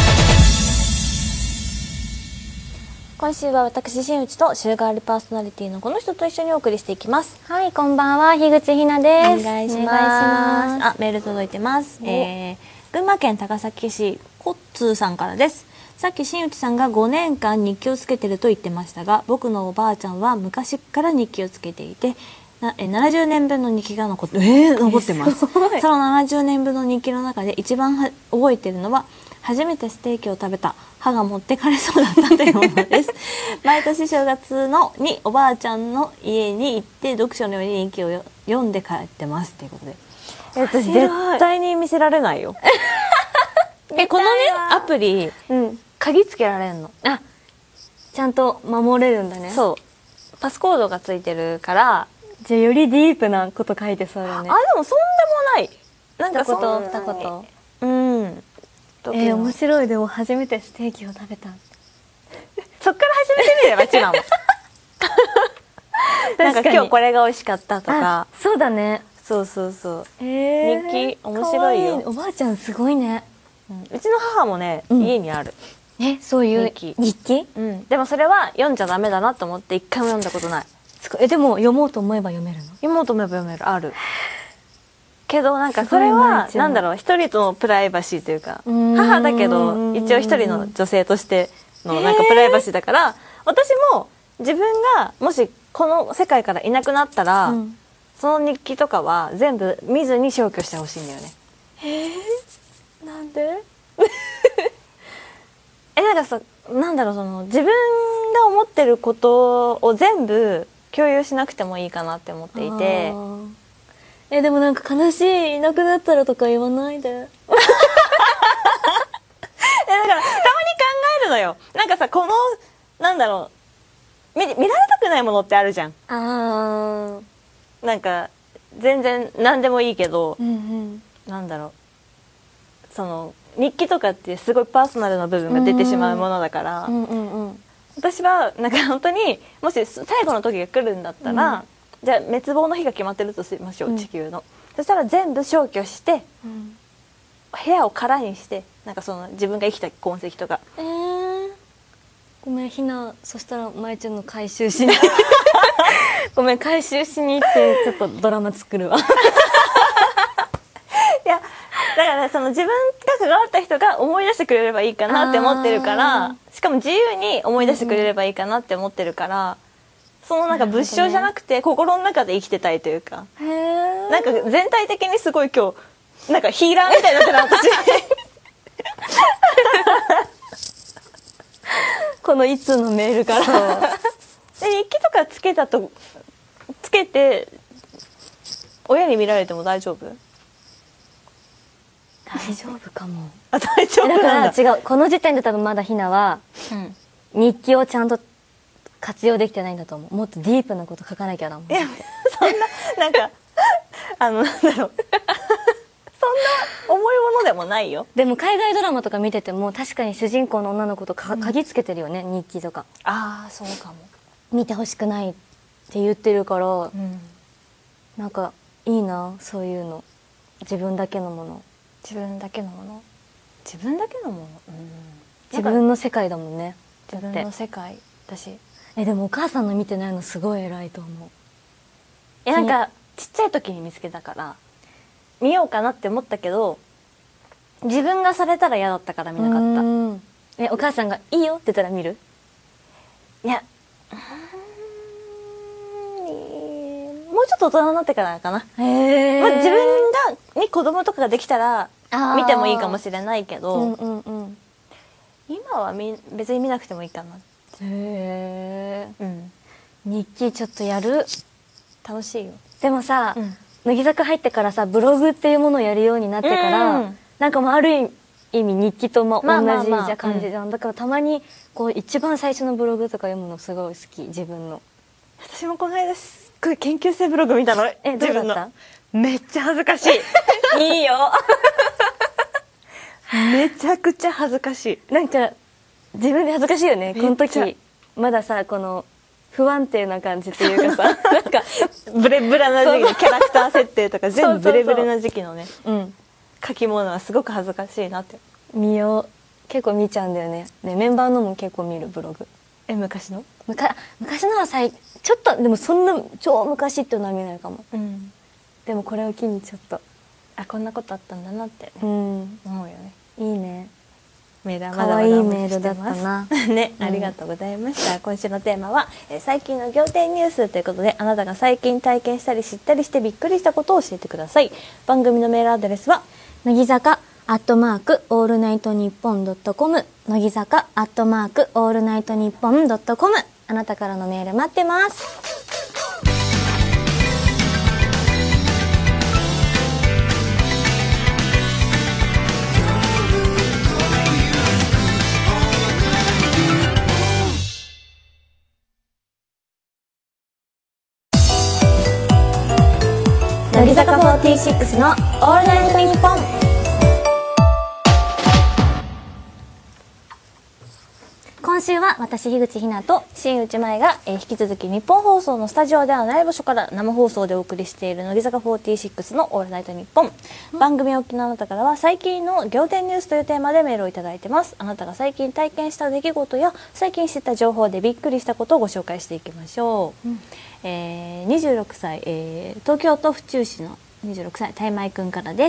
今週は私新内と週替わりパーソナリティのこの人と一緒にお送りしていきます。 はい、こんばんは、樋口ひなです。 お願いします。メール届いてます。群馬県高崎市コッツーさんからです。さっき新内さんが5年間日記をつけてると言ってましたが、僕のおばあちゃんは昔から日記をつけていて、70年分の日記が残ってます。その70年分の日記の中で一番覚えているのは、初めてステーキを食べた歯が持ってかれそうだったというものです。毎年正月におばあちゃんの家に行って読書のように日記を読んで帰ってますということで、私絶対に見せられないよ。このねアプリ、鍵つけられるの。 ちゃんと守れるんだね。 そう、パスコードがついてるから。 じゃあよりディープなこと書いてそうだね。 でもそんでもない。 なんか二言。面白い。でも初めてステーキを食べた。 そっから始めてみれば一番も。なんか今日これが美味しかったとか。 そうだね。 そう。日記面白いよ。 おばあちゃんすごいね。 うちの母もね、家にある。 そういう日記？ でもそれは読んじゃダメだなと思って一回も読んだことない。 でも読もうと思えば読めるの？ 読もうと思えば読める。ある。けどなんかそれはなんだろう、一人のプライバシーというか、母だけど一応一人の女性としてのなんかプライバシーだから、私も自分がもしこの世界からいなくなったら、その日記とかは全部見ずに消去してほしいんだよね。 なんでなんかさ、なんだろう、その自分が思ってることを全部共有しなくてもいいかなって思っていて。 でもなんか悲しい、いなくなったらとか言わないで。 だからたまに考えるのよ。なんかさ、このなんだろう、見られたくないものってあるじゃん。なんか全然何でもいいけど、なんだろう、その日記とかってすごいパーソナルな部分が出てしまうものだから、私はなんか本当にもし最後の時が来るんだったら、じゃあ滅亡の日が決まってるとしましょう、地球の。そしたら全部消去して、部屋を空にして、なんかその自分が生きた痕跡とか。 ごめんひな、そしたらまえちゃんの回収しにごめん回収しに行ってちょっとドラマ作るわ。 いやだからその自分が関わった人が思い出してくれればいいかなって思ってるから、しかも自由に思い出してくれればいいかなって思ってるから、そのなんか物証じゃなくて心の中で生きてたいというか、なんか全体的にすごい今日なんかヒーラーみたいになってる私。 このいつのメールから。 で日記とかつけて親に見られても大丈夫？ 大丈夫かも。 大丈夫なんだ。 だから違う、この時点で多分まだひなは、日記をちゃんと活用できてないんだと思う。もっとディープなこと書かなきゃだもん。 いやそんななんかなんだろう、そんな重いものでもないよ。 でも海外ドラマとか見てても確かに主人公の女の子と鍵つけてるよね、日記とか。 ああそうかも。 見てほしくないって言ってるから、なんかいいなそういうの。自分だけのもの。 自分だけのもの。自分だけのもの。 自分の世界だもんね。 自分の世界だし。 でもお母さんの見てないのすごい偉いと思う。 なんかちっちゃい時に見つけたから見ようかなって思ったけど、自分がされたら嫌だったから見なかった。 お母さんがいいよって言ったら見る？ いや、もうちょっと大人になってからかな。自分に子供とかができたら見てもいいかもしれないけど、今は別に見なくてもいいかな。 日記ちょっとやる。 楽しいよ。 でもさ、乃木坂入ってからさブログっていうものをやるようになってから、なんかもうある意味日記と同じ感じじゃん。だからたまにこう一番最初のブログとか読むのすごい好き、自分の。 私もこの間すっごい研究生ブログ見たの。 どうだった？ めっちゃ恥ずかしい。 いいよ。 めちゃくちゃ恥ずかしい。 なんか自分で恥ずかしいよね。この時まださこの不安定な感じっていうかさ、なんかブレブレな時期、キャラクター設定とか全部ブレブレな時期のね、書き物はすごく恥ずかしいなって。 見よう。結構見ちゃうんだよね。メンバーのも結構見るブログ。 昔の？ 昔のはちょっとでもそんな超昔っていうのは見ないかも。でもこれを機にちょっとこんなことあったんだなって思うよね。 いいね。 メールはまだまだお待ちしてます。可愛いメールだったな。 ね、ありがとうございました。今週のテーマは最近の仰天ニュースということで、あなたが最近体験したり知ったりしてびっくりしたことを教えてください。番組のメールアドレスは乃木坂オールナイトニッポン.com、乃木坂オールナイトニッポン.com。あなたからのメール待ってます。乃木坂46のオールナイトニッポン。今週は私樋口ひなと新内舞が、引き続き日本放送のスタジオではない場所から生放送でお送りしている乃木坂46のオールナイトニッポン。番組をお聞きのあなたからは最近の仰天ニュースというテーマでメールをいただいてます。あなたが最近体験した出来事や最近知った情報でびっくりしたことをご紹介していきましょう。26歳、東京都府中市の26歳たいまいくんからです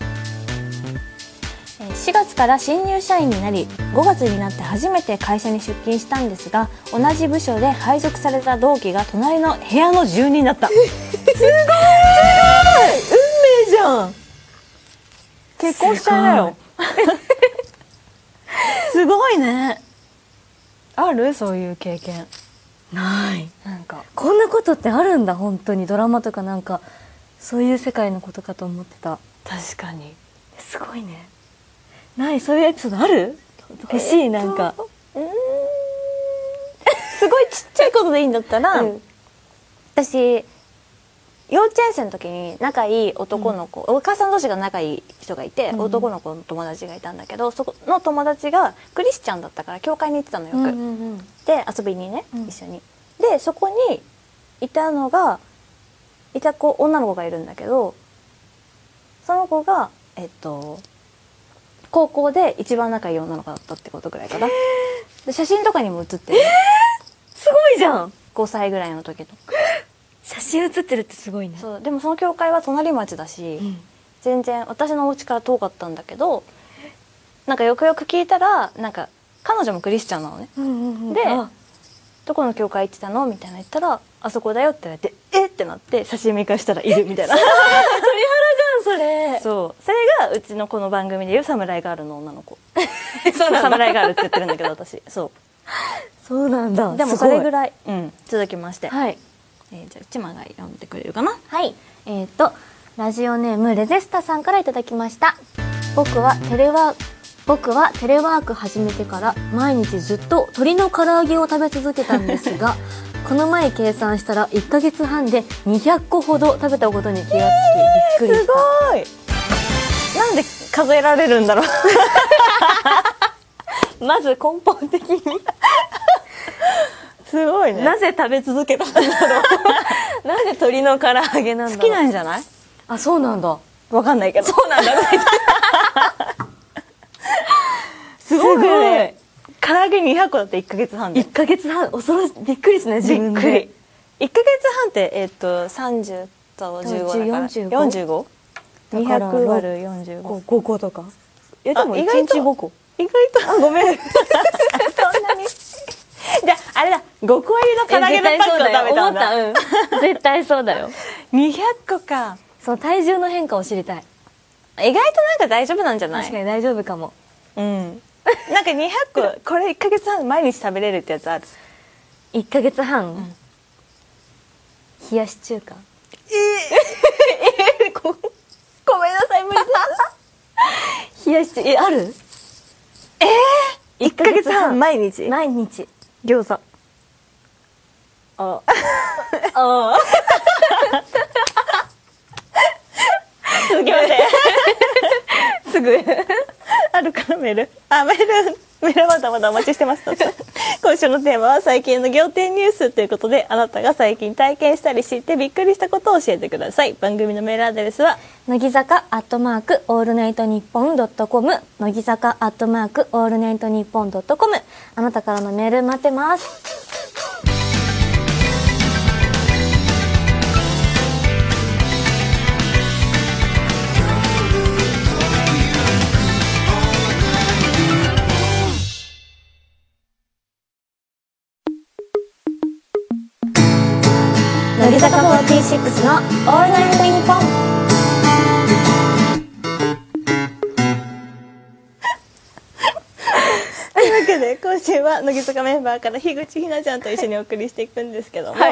。4月から新入社員になり5月になって初めて会社に出勤したんですが、同じ部署で配属された同期が隣の部屋の住人だった。すごい運命じゃん。結婚しちゃいなよ。 すごいね。ある？そういう経験。 ない。 なんかこんなことってあるんだ、本当に。ドラマとかなんかそういう世界のことかと思ってた。 確かに。 すごいね。ない、そういうエピソードある？欲しい、なんか。 すごいちっちゃいことでいいんだったら、私幼稚園生の時に仲いい男の子、お母さん同士が仲いい人がいて、男の子の友達がいたんだけど、そこの友達がクリスチャンだったから教会に行ってたのよく、で遊びにね、一緒に。でそこにいた女の子がいるんだけど、その子が高校で一番仲いい女の子だったってことぐらいかな。で写真とかにも写ってる。 すごいじゃん。 5歳ぐらいの時の写真写ってるってすごいね。 そう。でもその教会は隣町だし、全然私のお家から遠かったんだけど、なんかよくよく聞いたらなんか彼女もクリスチャンなのね、でどこの教会行ってたのみたいな言ったら、あそこだよって言われて、えってなって写真見返したらいるみたいな。 鳥肌じゃんそれ。 そう、それがうちのこの番組でいうサムライガールの女の子。そう、サムライガールって言ってるんだけど私。 そうなんだ。 でもそれぐらい、続きまして、 はい。 じゃあ内間が読んでくれるかな。 はい。ラジオネームレゼスタさんからいただきました。僕はテレワーク始めてから毎日ずっと鶏の唐揚げを食べ続けたんですが、この前計算したら1ヶ月半で200個ほど食べたことに気がつきびっくりした。 すごい。なんで数えられるんだろう。まず根本的にすごいね。なぜ食べ続けたんだろう。 なんで鶏の唐揚げなんだろう。 好きなんじゃない？ あ、そうなんだ。 わかんないけど。 そうなんだ。 すごいね。唐揚げ200個だって1ヶ月半で。 1ヶ月半、恐ろしい。びっくりですね、自分で。 びっくり。1ヶ月半って30と15だから45？ 200 割る45。 5個とか。 いやでも1日5個。意外と。ごめん。そんなに。じゃああれだ、5個入りの唐揚げのパックを食べたんだ。 絶対そうだよ。 200個か。 そう、体重の変化を知りたい。 意外となんか大丈夫なんじゃない？ 確かに大丈夫かも。 なんか200個これ1ヶ月半毎日食べれるってやつある。 1ヶ月半、冷やし中華。 ごめんなさい、無理です。 冷やし中華ある ？1ヶ月半毎日毎日餃子。続きましてすぐあるからメールはまだまだお待ちしてます。今週のテーマは最近の仰天ニュースということで、あなたが最近体験したり知ってびっくりしたことを教えてください。番組のメールアドレスは乃木坂@オールナイトニッポン.com、乃木坂@オールナイトニッポン.com。あなたからのメール待ってます。乃木坂46のオールナイトニッポン。 というわけで今週は乃木坂メンバーから樋口ひなちゃんと一緒にお送りしていくんですけども、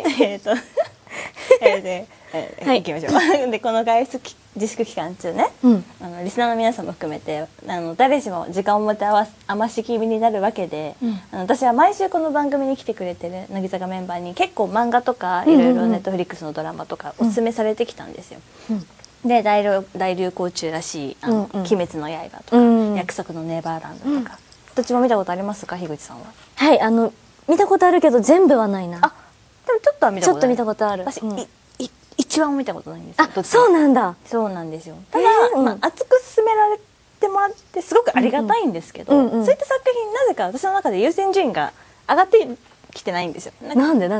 行きましょう。でこの外出自粛期間中ね、リスナーの皆さんも含めて誰しも時間を持て余し気味になるわけで、私は毎週この番組に来てくれてる乃木坂メンバーに結構漫画とかいろいろネットフリックスのドラマとかおすすめされてきたんですよ。で大流行中らしい「鬼滅の刃」とか「約束のネバーランド」とか、どっちも見たことありますか、樋口さんは？ はい、見たことあるけど全部はないな。 あ、でもちょっとは見たことある。 ちょっと見たことある。 私、一番も見たことないんですよ。 あ、そうなんだ。 そうなんですよ。ただ、熱く勧められてもらってすごくありがたいんですけど、そういった作品なぜか私の中で優先順位が上がってきてないんですよ。 なんで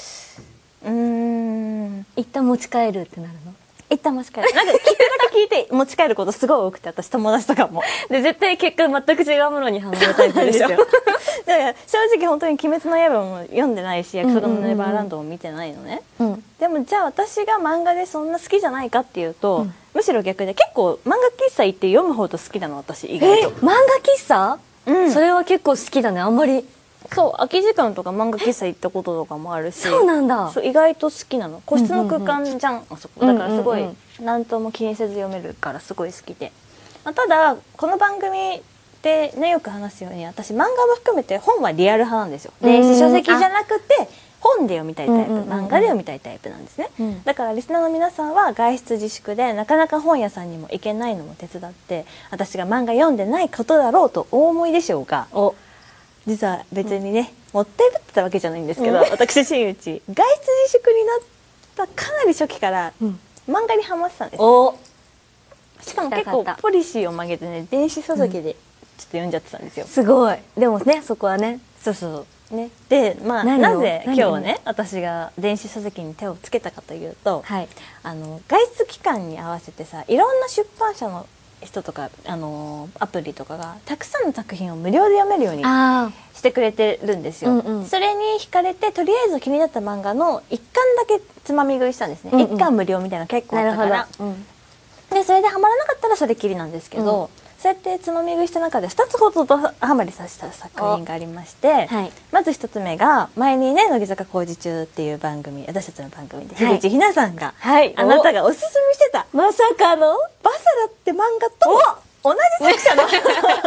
一旦持ち帰るってなるの？ 一旦持ち帰る。なんか聞いてだけ聞いて持ち帰ることすごい多くて、私友達とかも。 で絶対結果全く違うものに反応タイプでしょ。 だから正直本当に「鬼滅の刃」も読んでないし「約束のネバーランド」も見てないのね。でもじゃあ私が漫画でそんな好きじゃないかっていうと、 むしろ逆で結構漫画喫茶行って読む方と好きなの私意外と。 漫画喫茶、それは結構好きだね。あんまり。 そう空き時間とか漫画喫茶行ったこととかもあるし。 そうなんだ。 そう意外と好きなの。個室の空間じゃん、あそこだからすごい何とも気にせず読めるからすごい好きで、まあ、ただこの番組でねよく話すように私漫画も含めて本はリアル派なんですよ。電子書籍じゃなくて本で読みたいタイプ、漫画で読みたいタイプなんですね、だからリスナーの皆さんは外出自粛でなかなか本屋さんにも行けないのも手伝って私が漫画読んでないことだろうとお思いでしょうが、実は別にね、もったいぶってたわけじゃないんですけど、私真打ち外出自粛になったかなり初期から、漫画にハマってたんです。しかも結構ポリシーを曲げてね電子書籍でちょっと読んじゃってたんですよ。 すごい。でもねそこはね。 そうそうね。でまあなぜ今日ね私が電子書籍に手をつけたかというと、 はい、 外出期間に合わせてさいろんな出版社の人とかアプリとかがたくさんの作品を無料で読めるようにしてくれてるんですよ、それに惹かれてとりあえず気になった漫画の1巻だけつまみ食いしたんですね、1巻無料みたいなの結構あったから、でそれでハマらなかったらそれっきりなんですけど、そうやってつまみ食いした中で2つほどドハマりさせた作品がありまして、まず1つ目が前にね乃木坂工事中っていう番組私たちの番組で樋口日奈さんが、あなたがおすすめしてたまさかのバサラって漫画と同じ作者の方が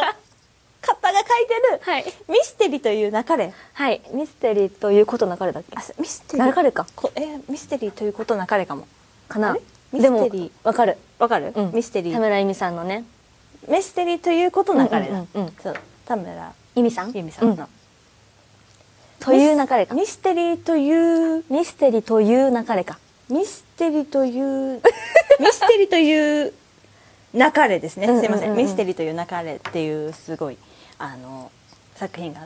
書いてるミステリという流れ、 ミステリーということなかれだっけ。 ミステリー流れかミステリーということなかれかもかな。 ミステリーわかるミステリー田村由美さんのねミステリーということ流れだ。そう田村由美さんのという流れか。 ミステリーというミステリーという流れか。 ミステリーというミステリーという流れですね。すいません。ミステリーという流れっていうすごい作品があって、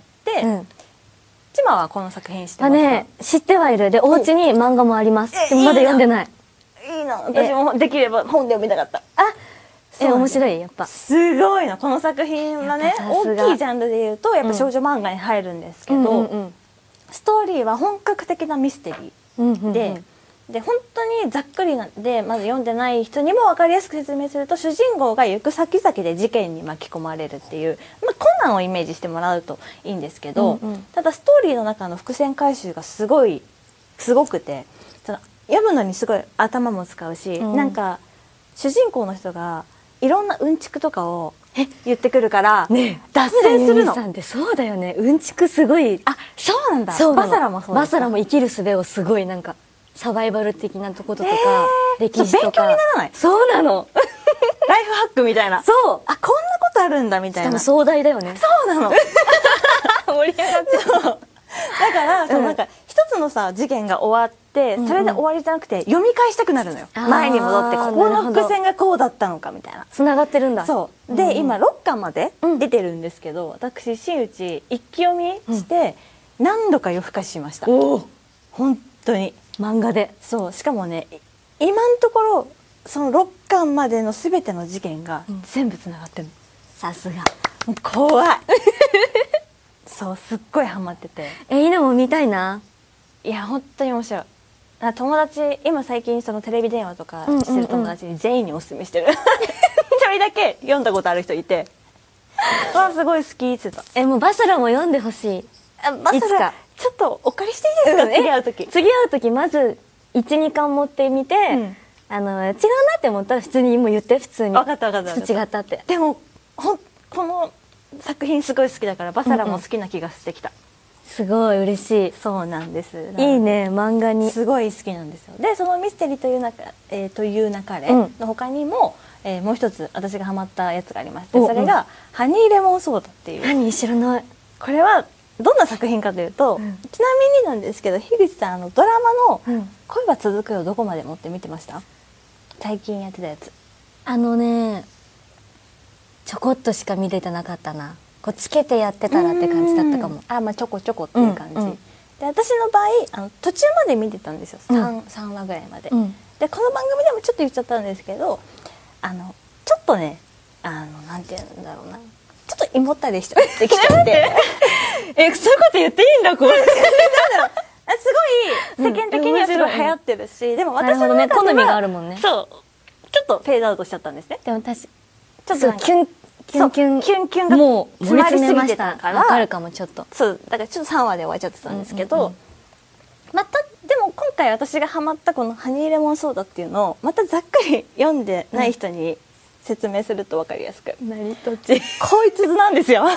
ちまはこの作品知ってますか？ ね、知ってはいる。でお家に漫画もあります。でもまだ読んでない。 いいな。私もできれば本で読みたかった。 面白い。やっぱすごいのこの作品はね、大きいジャンルで言うとやっぱ少女漫画に入るんですけど、ストーリーは本格的なミステリーで本当にざっくりでまず読んでない人にも分かりやすく説明すると、主人公が行く先々で事件に巻き込まれるっていう、コナンをイメージしてもらうといいんですけど、ただストーリーの中の伏線回収がすごくて、読むのにすごい頭も使うし、なんか主人公の人がいろんなうんちくとかを言ってくるから脱線するの。 そうだよね。うんちくすごい。 そうなんだ。 バサラもそう。バサラも生きる術をすごいなんかサバイバル的なこととか歴史とか勉強にならない。 そうなの。 ライフハックみたいな。 そう。 こんなことあるんだみたいな。 しかも壮大だよね。 そうなの。 盛り上がってる。 だからなんか一つのさ事件が終わってそれで終わりじゃなくて読み返したくなるのよ。前に戻ってここの伏線がこうだったのかみたいな。 つながってるんだ。 そうで今6巻まで出てるんですけど、私真打ち一気読みして何度か夜更かししました。本当に漫画で。 そうしかもね今のところその6巻までの全ての事件が全部つながってるの。 さすが。 怖い。そうすっごいハマってて。 いいのも見たいな。 いや本当に面白い。友達今最近そのテレビ電話とかしてる友達に全員におすすめしてる。一人だけ読んだことある人いて、すごい好きって言ってた。 もうバサラも読んでほしい。 バサラちょっとお借りしていいですか？次会う時。 次会う時まず1、2巻持ってみて、違うなって思ったら普通にもう言って。普通に分かったちょっと違ったって。 でもこの作品すごい好きだからバサラも好きな気がしてきた。 すごい嬉しい。 そうなんです。 いいね。漫画にすごい好きなんですよ。でそのミステリーという流れの他にも、もう一つ私がハマったやつがありまして、それがハニーレモンソーダっていう。 何知らない。 これはどんな作品かというと、ちなみになんですけど樋口さんドラマの「恋は続くよどこまでも」って見てました？最近やってたやつ。 ちょこっとしか見れてなかったな。こうつけてやってたらって感じだったかも。 ちょこちょこっていう感じ、で私の場合途中まで見てたんですよ。3話ぐらいまで、でこの番組でもちょっと言っちゃったんですけどちょっとねなんて言うんだろうな、ちょっと胃もたれしてきちゃってそういうこと言っていいんだこれ。 すごい世間的にはすごい流行ってるし、でも私の中では好みがあるもんね。 そうちょっとフェードアウトしちゃったんですね。 でも私ちょっとなんかキュンキュンキュンキュンキュンがもう詰まりすぎてたからわかるかもちょっと。 そうだからちょっと3話で終わっちゃってたんですけど、 うんうんうんまたでも今回私がハマったこのハニーレモンソーダっていうのをまたざっくり読んでない人に説明すると分かりやすく、 何どっち？ こいつなんですよ。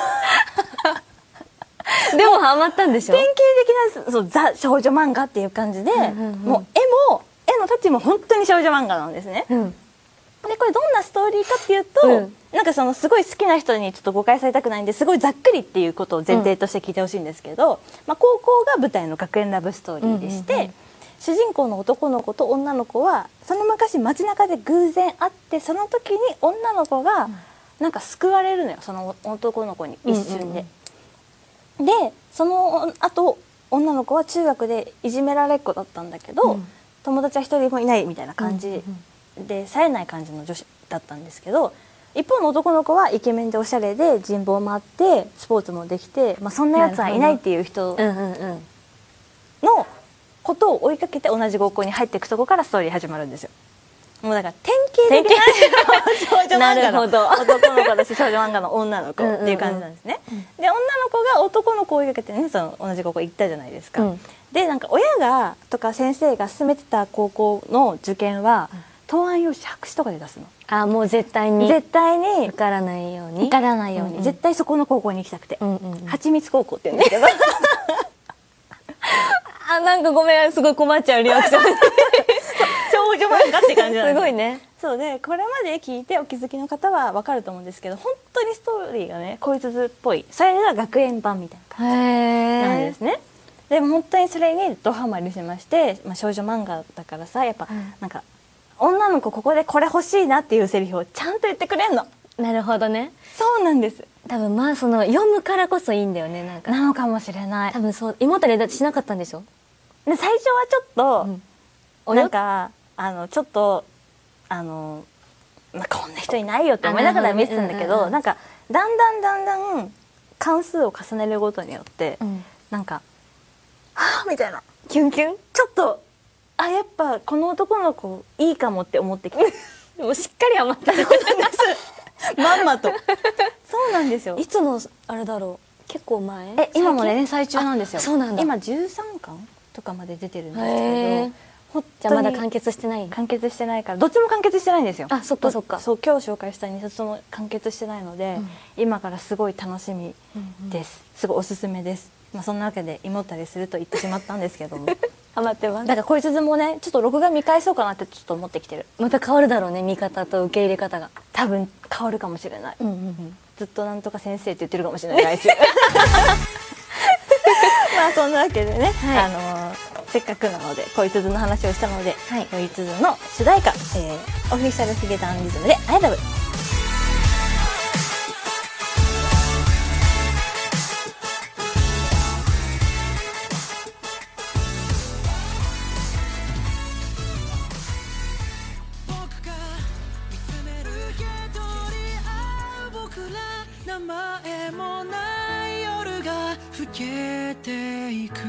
でもハマったんでしょ？ 典型的なそうザ少女漫画っていう感じで、 んうんうんもう絵のタッチも本当に少女漫画なんですね。 うんでこれどんなストーリーかっていうと、 うんなんかそのすごい好きな人にちょっと誤解されたくないんですごいざっくりっていうことを前提として聞いてほしいんですけど、まあ、高校が舞台の学園ラブストーリーでして、 うんうんうん主人公の男の子と女の子はその昔街中で偶然会ってその時に女の子がなんか救われるのよその男の子に一瞬で。でその後女の子は中学でいじめられっ子だったんだけど、 うん友達は一人もいないみたいな感じで冴えない感じの女子だったんですけど、一方の男の子はイケメンでおしゃれで人望もあってスポーツもできて、まあ、そんなやつはいないっていう人うんうんうんのことを追いかけて同じ高校に入っていくとこからストーリー始まるんですよ。もうだから典型的な少女漫画なるのほど男の子だし少女漫画の女の子っていう感じなんですね。で女の子が男の子を追いかけてねその同じ高校行ったじゃないですか。 うんでなんか親がとか先生が勧めてた高校の受験は答案用紙白紙とかで出すの。 あもう絶対に絶対に受からないように受からないように、 うんうん絶対そこの高校に行きたくて、 うんうんうんはちみつ高校って言うんですけどあなんかごめんすごい困っちゃうリアクション少女漫画って感じなんですすごいね。 そうでこれまで聞いてお気づきの方は分かると思うんですけど本当にストーリーがねこいつっぽいそれが学園版みたいな感へじなんですね。でも本当にそれにドハマりしまして、まあ、少女漫画だからさやっぱ、なんか女の子ここでこれ欲しいなっていうセリフをちゃんと言ってくれんの。 なるほどね。 そうなんです。 多分まあその読むからこそいいんだよねなんかなのかもしれない。 多分そう胃もたれだってしなかったんでしょ？ で最初はちょっと、 うんなんかちょっとまあ、こんな人いないよって思いながら見てたんだけど、なんかだんだん関数を重ねるごとによって、 うんなんかはぁみたいなキュンキュンちょっとやっぱこの男の子いいかもって思ってきてでもしっかり余ったまんまとそうなんですよ。 いつのあれだろう結構前今もね連載中なんですよ。 そうなんだ。 今13巻とかまで出てるんですけへーど本じゃあまだ完結してない完結してないからどっちも完結してないんですよ。 あそっかそっかそう今日紹介した2冊とも完結してないので、今からすごい楽しみです、すごいおすすめです。まあ、そんなわけで胃もたれすると言ってしまったんですけどもハマってますだからこいつもねちょっと録画見返そうかなってちょっと思ってきてる。 また変わるだろうね見方と受け入れ方が多分変わるかもしれない、 うんうんずっとなんとか先生って言ってるかもしれない来週まあそんなわけでね、せっかくなので恋鈴の話をしたので、恋鈴の主題歌、オフィシャルヒゲダンディズムで「I love」 名前もない夜が更けていく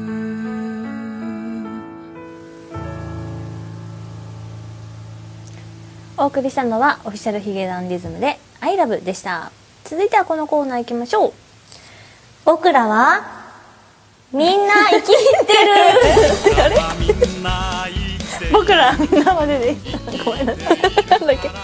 お送りしたのはオフィシャルヒゲダンディズムで「I love」でした。続いてはこのコーナー行きましょう。僕らはみんな生きてる僕らみんなまででごめんなさいなんだっけ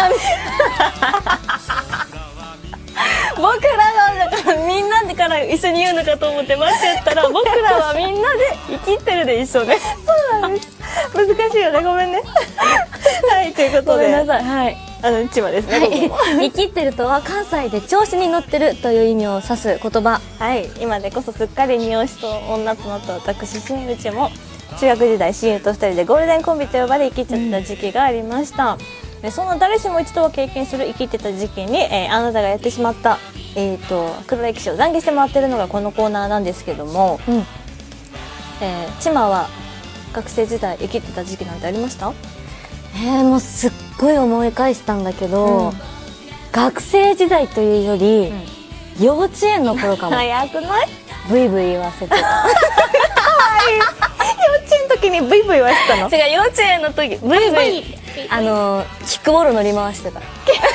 僕らはだからみんなでから一緒に言うのかと思って待ってやったら僕らはみんなで生きてるで一緒ねそうなんです難しいよねごめんねはいということでごめんなさいはい千葉ですね、 生きってるとは関西で調子に乗ってるという意味を指す言葉。 はい今でこそすっかり二押しと女となった私新内も中学時代親友と2人でゴールデンコンビと呼ばれ生きちゃった時期がありました、そんな誰しも一度は経験する生きてた時期に、あなたがやってしまった、黒歴史を懺悔してもらってるのがこのコーナーなんですけども、千葉は学生時代生きてた時期なんてありました？ もうすっごい思い返したんだけど、学生時代というより、幼稚園の頃かも。 早くない？ ブイブイ言わせて。 幼稚園の時にブイブイ言わせたの？ 違う幼稚園の時ブイブイキックボール乗り回してた。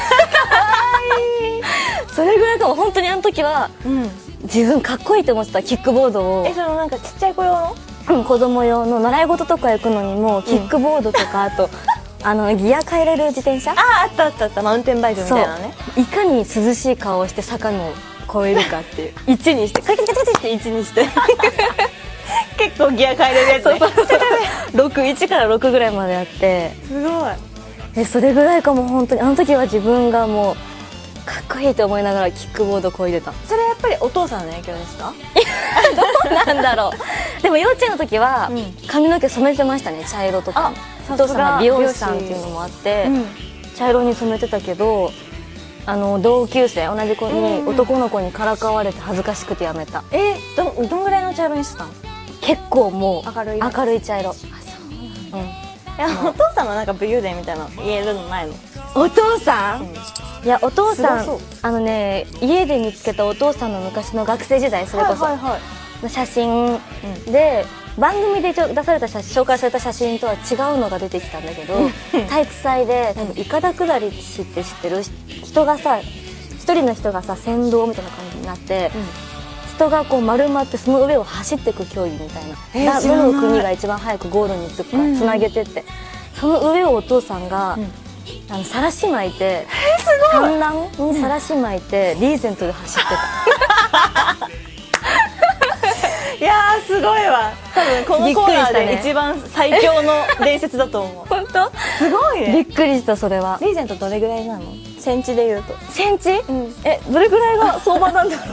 それぐらいかも。本当にあの時は自分かっこいいと思ってた。キックボードをそのなんかちっちゃい子用の子供用の習い事とか行くのにもキックボードとか、あとギア変えれる自転車、 あったマウンテンバイクみたいなね。 いかに涼しい顔をして坂の越えるかっていう1にしてカチカチカチって1にして結構ギア変えれるやつね。 1から6ぐらいまでやって、 すごい。 それぐらいかも。本当にあの時は自分がもうかっこいいと思いながらキックボードこいでた。 それやっぱりお父さんの影響ですか？ どうなんだろう。でも幼稚園の時は髪の毛染めてましたね、茶色とか。お父さんが美容師さんっていうのもあって、茶色に染めてたけど、同級生同じ子に男の子にからかわれて恥ずかしくてやめた。 どんぐらいの茶色にしてたの？ 結構もう明るい茶色。 お父さんのなんか武勇伝みたいなの言えるのないの？ お父さん、いやお父さんすご家で見つけたお父さんの昔の学生時代、それこその写真で、番組で出された紹介された写真とは違うのが出てきたんだけど、体育祭で多分いかだ下りって知ってる？人がさ、一人の人がさ先導みたいな感じになって、人がこう丸まってその上を走っていく競技みたいな、どの国が一番早くゴールに着くかつなげてって、その上をお父さんがさらし巻いて、産卵にさらし巻いてリーゼントで走ってた。 いやーすごいわ。多分このコーナーで一番最強の伝説だと思う。 本当？ すごいね。 びっくりした。それはリーゼントどれぐらいなの？センチで言うと。 センチ？どれぐらいが相場なんだろう。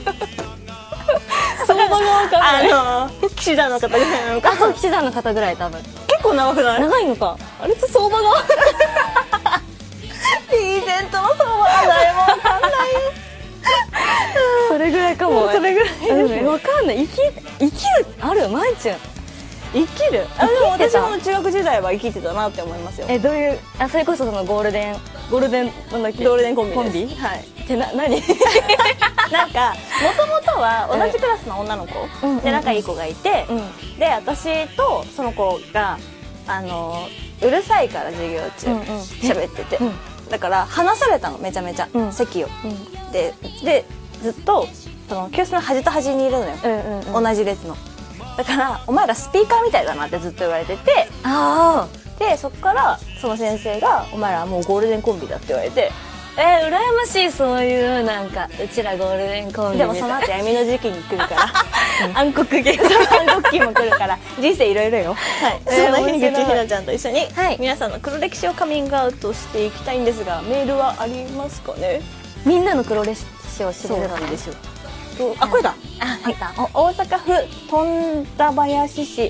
相場が分かんない。 騎士団の方ぐらいなのか。 そう、騎士団の方ぐらい多分。 結構長くない？ 長いのか。あれって相場がリーゼントの相場は誰も分かんないよ。 それぐらいかも。 それぐらいですね。 分かんない。生きるある？まいちゅん生きる？でも私も中学時代は生きてたなって思いますよ。 どういう？それこそそのゴールデンなんだっけ？ゴールデンコンビです。 はい。 って何？ なんかもともとは同じクラスの女の子で仲いい子がいて、で私とその子がうるさいから授業中喋ってて、だから話されたの、めちゃめちゃ席を。でずっとその教室の端と端にいるのよ、同じ列の。だからお前らスピーカーみたいだなってずっと言われてて、でそっからその先生がお前らもうゴールデンコンビだって言われて、 羨ましい。そういうなんかうちらゴールデンコンビでもその後闇の時期に来るから暗黒期暗黒期も来るから人生いろいろよ。はい、そんな日口ひなちゃんと一緒に皆さんの黒歴史をカミングアウトしていきたいんですが、メールはありますかね？ みんなの黒歴史を知れるんですよ。あ、これだ。大阪府富田林市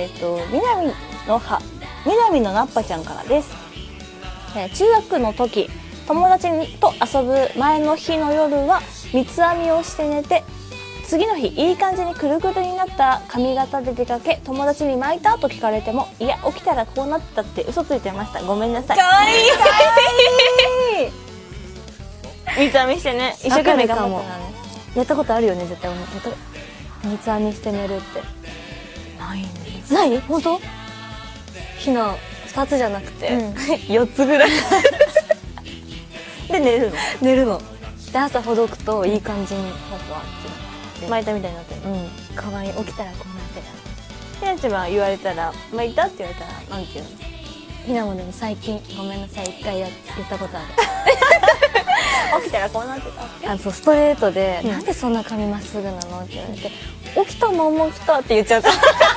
南のなっぱちゃんからです。中学の時、友達と遊ぶ前の日の夜は三つ編みをして寝て、次の日いい感じにくるくるになった髪型で出かけ、友達に巻いたと聞かれても、いや起きたらこうなってたって嘘ついてました。ごめんなさい。かわいい。かわいい。三つ編みしてね、一生懸命頑張ったからね。 やったことあるよね、絶対。三つ編みして寝るってないね。 ない？本当？ひな2つじゃなくて、4つぐらいで寝るの。 で朝ほどくといい感じにふわって巻いたみたいになってる。 かわいい。起きたらこうなってた。 ひなちゃんは言われたら巻いたって言われたらなんて言うの？ ひなもでも最近ごめんなさい、1回言ったことある。 起きたらこうなってた。 そうストレートで、なんでそんな髪まっすぐなのって言われて、起きたまんま起きたって言っちゃった。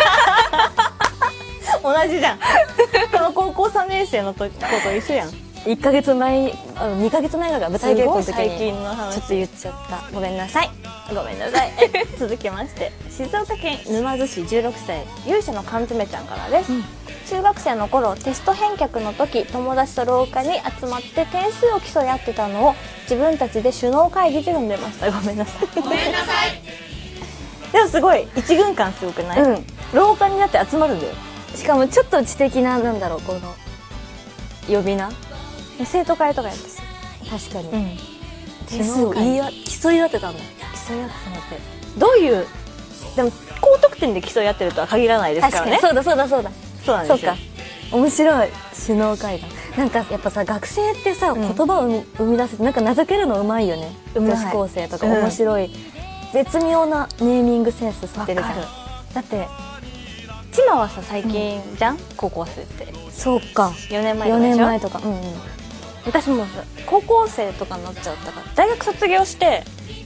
同じじゃん。この高校3年生の時と一緒やん。 1ヶ月前、2ヶ月前から舞台稽古の時最近の話にちょっと言っちゃった。ごめんなさい。 ごめんなさい。続きまして、静岡県沼津市16歳勇者の缶詰ちゃんからです。中学生の頃、テスト返却の時、友達と廊下に集まって点数を競い合ってたのを自分たちで首脳会議で呼んでました。ごめんなさい。ごめんなさい。でもすごい一軍感すごくない？廊下になって集まるんだよ。 しかもちょっと知的な、なんだろう、この呼び名、 生徒会とかやったし。 確かに。点数を競い合ってたんだ。 競い合ってたのってどういう、でも高得点で競い合ってるとは限らないですからね。 そうだ。 そうなんですよ。 そうか。面白い。 首脳会談。なんかやっぱさ、学生ってさ、 ん言葉を生み出す、なんか名付けるのうまいよね。 うまい女子高生とかうん面白い、絶妙なネーミングセンス知ってるじゃん。 だってチマはさ最近じゃん、高校生ってそうか。 4年前と 4 かでしょ。 年前とか。うんうん。 私もさ高校生とかになっちゃったから、大学卒業して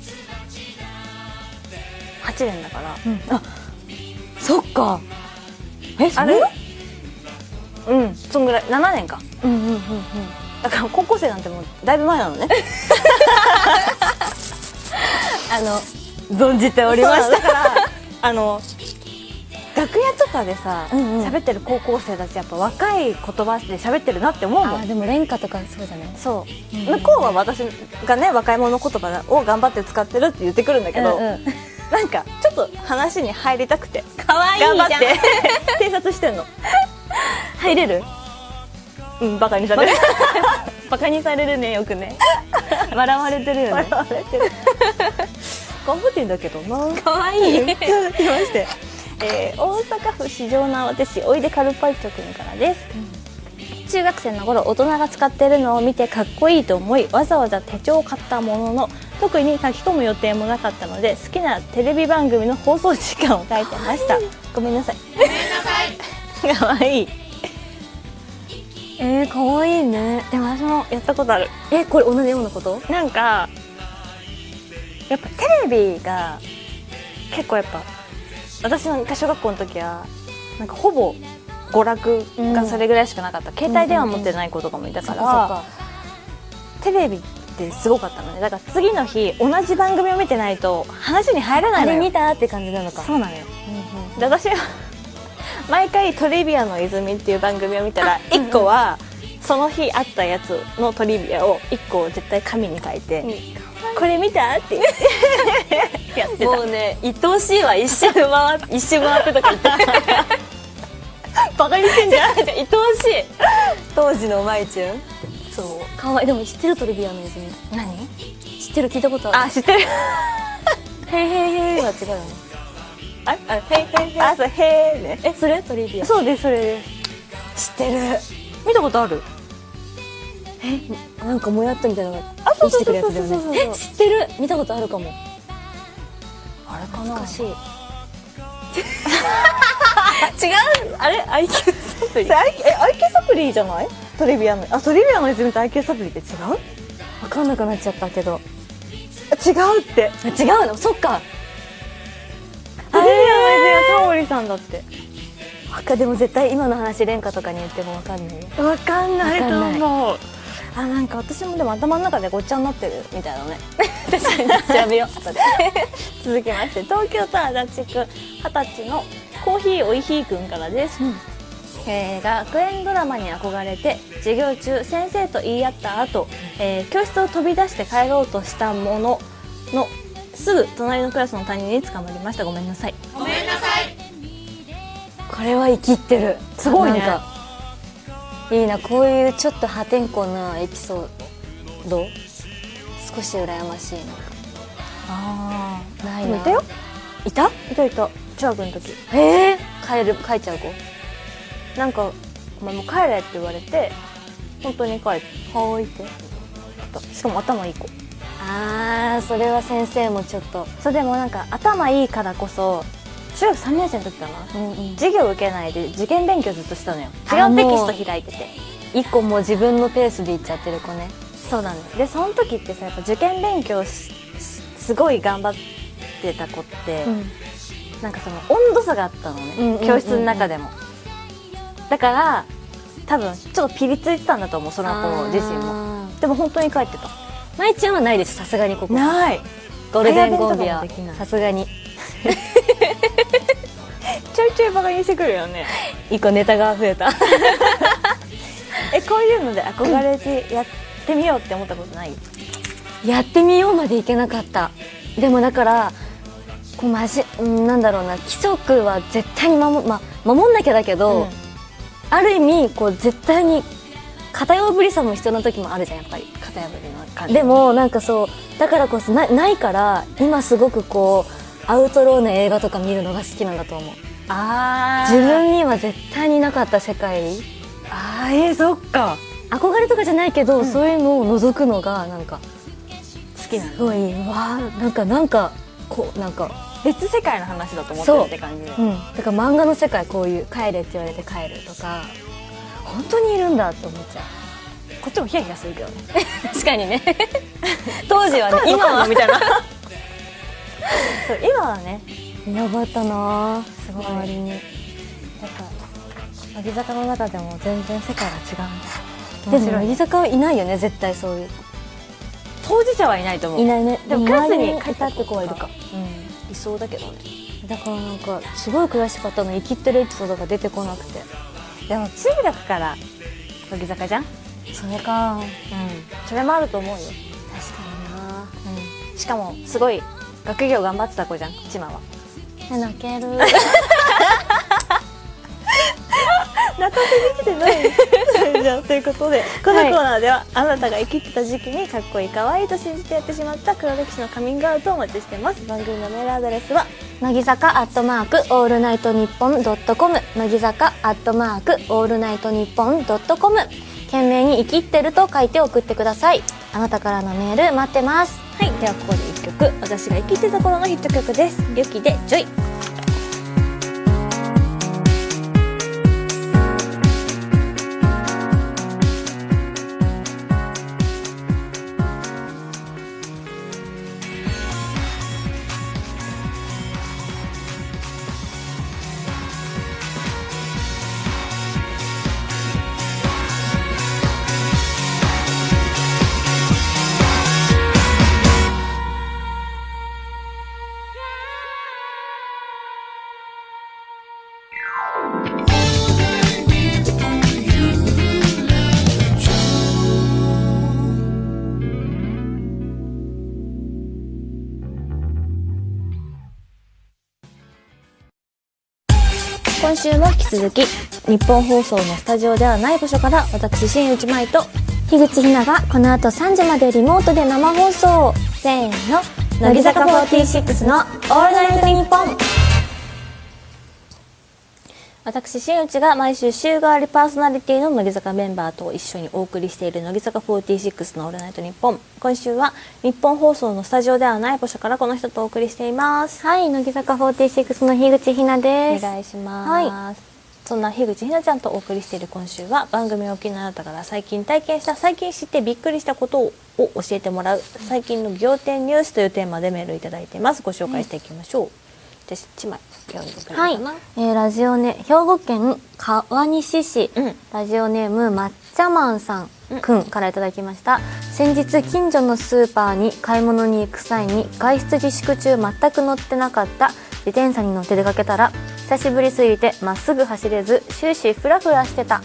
8年だから、 あ、そっか。え、 あれうんそんぐらい7年か。 うんうんうんうん。 だから高校生なんてもうだいぶ前なのね。 存じておりました。 そうだから楽屋とかでさうんうん喋、ってる高校生たちやっぱ若い言葉で喋ってるなって思うもん。 あ、でも廉価とかそうじゃない。 そう、向こうは私がね若い者言葉を頑張って使ってるって言ってくるんだけど、 うんうんなんかちょっと話に入りたくて可愛い頑張って偵察してんの。 入れる？ うんバカにされる。 バカにされるね、よくね。笑われてるよね。 笑われてる。頑張ってんだけどな。 可愛い。 いただきまして、大阪府四条畷市おいでカルパッチョくんからです、中学生の頃大人が使ってるのを見てかっこいいと思いわざわざ手帳を買ったものの特に書き込む予定もなかったので好きなテレビ番組の放送時間を書いてました。ごめんなさい。ごめんなさい。かわいい。 可愛いね。 でも私もやったことある。 これ同じようなこと？ なんかやっぱテレビが結構やっぱ私の小学校の時はなんかほぼ娯楽がそれぐらいしかなかった、携帯電話持ってない子とかもいたから、テレビってすごかったのね。だから次の日同じ番組を見てないと話に入らないあのよ。 れ見たって感じなのか。 そうなのよ、で私は毎回トリビアの泉っていう番組を見たら1個はその日あったやつのトリビアを1個絶対紙に書いて、これ見たって言ってやってた。 もうね、愛おしいわ。一周回ってとか言って。 バカにしてんじゃん。 愛おしい。当時のまいちゅん。 そう。 可愛い。でも知ってる？トリビアの泉。 何？ 知ってる？聞いたことある？ あ、知ってる。 へいへいへいは違うよね。 あ、へいへいへい。あ、そう、へーね。 それ？トリビア。 そうです、それです。 知ってる。 見たことある？ なんかもやっとみたいなのがあ、そう生きそうそうてくるやつそうそう。 だよね。知ってる。見たことあるかも。 あれかな。 懐かしい。 違う。あれ IQ サプリ。IQ サプリじゃない？トリビアの。あ、トリビアの泉と IQ サプリって違う？ 分かんなくなっちゃったけど。 違うって。 違うの？そっか。 トリビアの泉はタモリさんだって。 でも絶対今の話廉価とかに言っても分かんないよ。 わかんないとわかん思う。あ、なんか私もでも頭の中でごっちゃになってるみたいなね。 確かに調べよう後で。 続きまして東京都足立区20歳のコーヒーおいひーくんからです、学園ドラマに憧れて授業中先生と言い合った後、教室を飛び出して帰ろうとしたもののすぐ隣のクラスの担任に捕まりました。ごめんなさい。 これは生きってる。 すごいね。 なんかいいな、こういうちょっと破天荒なエピソード少し羨ましい。なんかああ、 ないな。 いたよ。 いた？ いたいた。中学の時。 帰っちゃう子。 なんかお前もう帰れって言われて本当に帰ってはーいってしかも頭いい子。 あー、それは先生もちょっと。 そう、でもなんか頭いいからこそ中学3年生の時かな、授業受けないで受験勉強ずっとしたのよ。違うテキスト開いてて一個もう自分のペースでいっちゃってる子ね。 そうなんです。でその時ってさやっぱ受験勉強すごい頑張ってた子って、なんかその温度差があったのね、教室の中でも。だから多分ちょっとピリついてたんだと思う、その子自身も。でも本当に帰ってた。 まいちゃんはないです、さすがにここ。 ない。 ゴールデンコンビは早弁とかもできないさすがにちょいちょいバカにしてくるよね。 一個ネタが増えた。 こういうので憧れてやってみようって思ったことない？ やってみようまでいけなかった。でもだからこうなんだろうな、規則は絶対に守んなきゃだけど、ある意味こう絶対に型破りさも必要な時もあるじゃん、やっぱり。 型破りの感じ。 でもなんかそうだからこそないから今すごくこうアウトローな映画とか見るのが好きなんだと思う。 あ自分には絶対になかった世界ああ、そっか。 憧れとかじゃないけど、そういうのを覗くのがなんか好きなの。 すごい、わー、なんかこうなんか、 別世界の話だと思ってるって感じで。 だから漫画の世界、こういう帰れって言われて帰るとか、本当にいるんだって思っちゃう。 こっちもヒヤヒヤするけどね。 確かにね。当時はね、今はみたいな。そう、今はね、 やばったな、 すごい周りに。 やっぱ乃木坂の中でも全然世界が違うんだ。 でも乃木坂はいないよね、絶対そういう。 当事者はいないと思う。 いないね。 でもクラスに帰ったって子はいるか。 うん、いそうだけどね。 だからなんかすごい悔しかったの、生きってるエピソードが出てこなくて。 でも中学から乃木坂じゃん。 それか。 それもあると思うよ。 確かにな。 しかもすごい学業頑張ってた子じゃん、ちまは。 泣ける。 泣かせに来てないじゃん。ということで、このコーナーでは、あなたが生きてた時期にかっこいい可愛いと信じてやってしまった黒歴史のカミングアウトをお待ちしてます。番組のメールアドレスは乃木坂アットマークオールナイトニッポンドットコム、乃木坂アットマークオールナイトニッポンドットコム。懸命に生きってると書いて送ってください。あなたからのメール待ってます。 はい、ではここで1曲、私が生きてた頃のヒット曲です。ユキでジョイ。今週も引き続き日本放送のスタジオではない場所から私新内舞と樋口ひながこの後3時までリモートで生放送。 せーの、乃木坂46のオールナイトニッポン。私新内が毎週週替わりパーソナリティの乃木坂メンバーと一緒にお送りしている乃木坂46のオールナイトニッポン。今週は日本放送のスタジオではない場所からこの人とお送りしています。 はい、乃木坂46の樋口ひなです。 お願いします。そんな樋口ひなちゃんとお送りしている今週は、番組をお聞きのあなたから最近体験した、最近知ってびっくりしたことを教えてもらう最近の仰天ニュースというテーマでメールいただいています。ご紹介していきましょう。私1枚読んでくれるかな。 はい、ラジオネ兵庫県川西市、ラジオネーム抹茶マンさんくんからいただきました。先日近所のスーパーに買い物に行く際に外出自粛中全く乗ってなかった自転車に乗って出かけたら、久しぶりすぎてまっすぐ走れず終始フラフラしてた。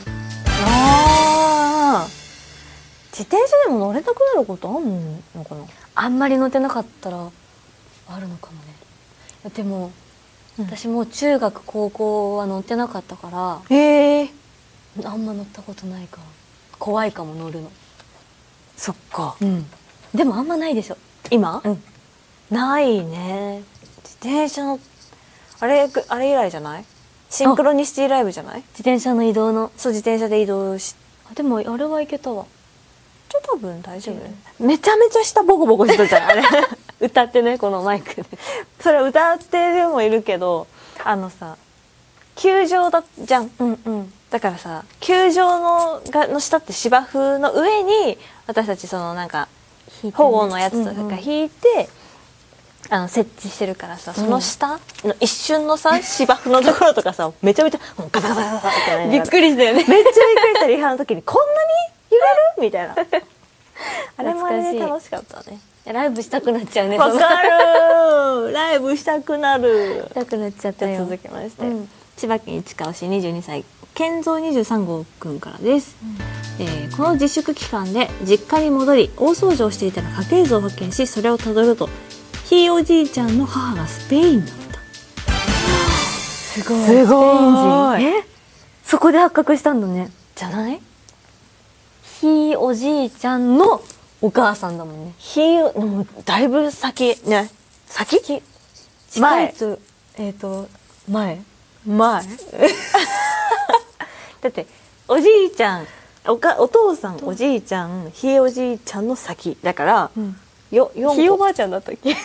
自転車でも乗れなくなることあんのかな。 あんまり乗ってなかったらあるのかもね。でも、私も中学高校は乗ってなかったから、あんま乗ったことないから怖いかも、乗るの。 そっか。 でもあんまないでしょ今、ないね。自転車のあれ以来じゃない？シンクロニシティライブじゃない？ 自転車の移動の。 そう、自転車で移動し、 でもあれはいけたわ。 多分大丈夫。めちゃめちゃ下ボコボコしとったじゃんあれ歌ってね、このマイクでそれ歌ってるもいるけど、さ、球場だじゃん。だからさ、球場の下って芝生の上に私たちそのなんか保護のやつとか引いて、設置してるからさ、その下の一瞬のさ、芝生のところとかさ、めちゃめちゃガサガサガサガサってなりながらびっくりしたよね。 めっちゃびっくりした。リハの時にこんなに揺れるみたいなあれもあれで楽しかったね。 ライブしたくなっちゃうね。 わかるライブしたくなる。 したくなっちゃったよ。 続きまして、千葉県市川市22歳健三23号くんからです。この自粛期間で実家に戻り大掃除をしていたら家系図を発見し、それをたどるとひいおじいちゃんの母がスペインだった。 すごい。 すごい。 そこで発覚したんだね。 じゃない？ ひいおじいちゃんのお母さんだもんね。 もうだいぶ先ね。先？ 前。前だっておじいちゃんお父さんおじいちゃんひいおじいちゃんの先だから、 ひいおばあちゃんだったっけ？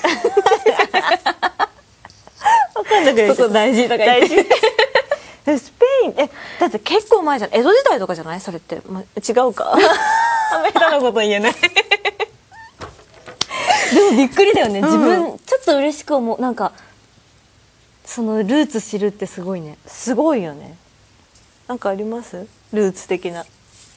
分かんなくなっちゃった。 そこ大事とか言って大事スペインだって結構前じゃん。江戸時代とかじゃないそれって、違うかあんまり下手なこと言えないでもびっくりだよね、自分ちょっと嬉しく思う。なんかそのルーツ知るってすごいね。 すごいよね。なんかありますルーツ的な。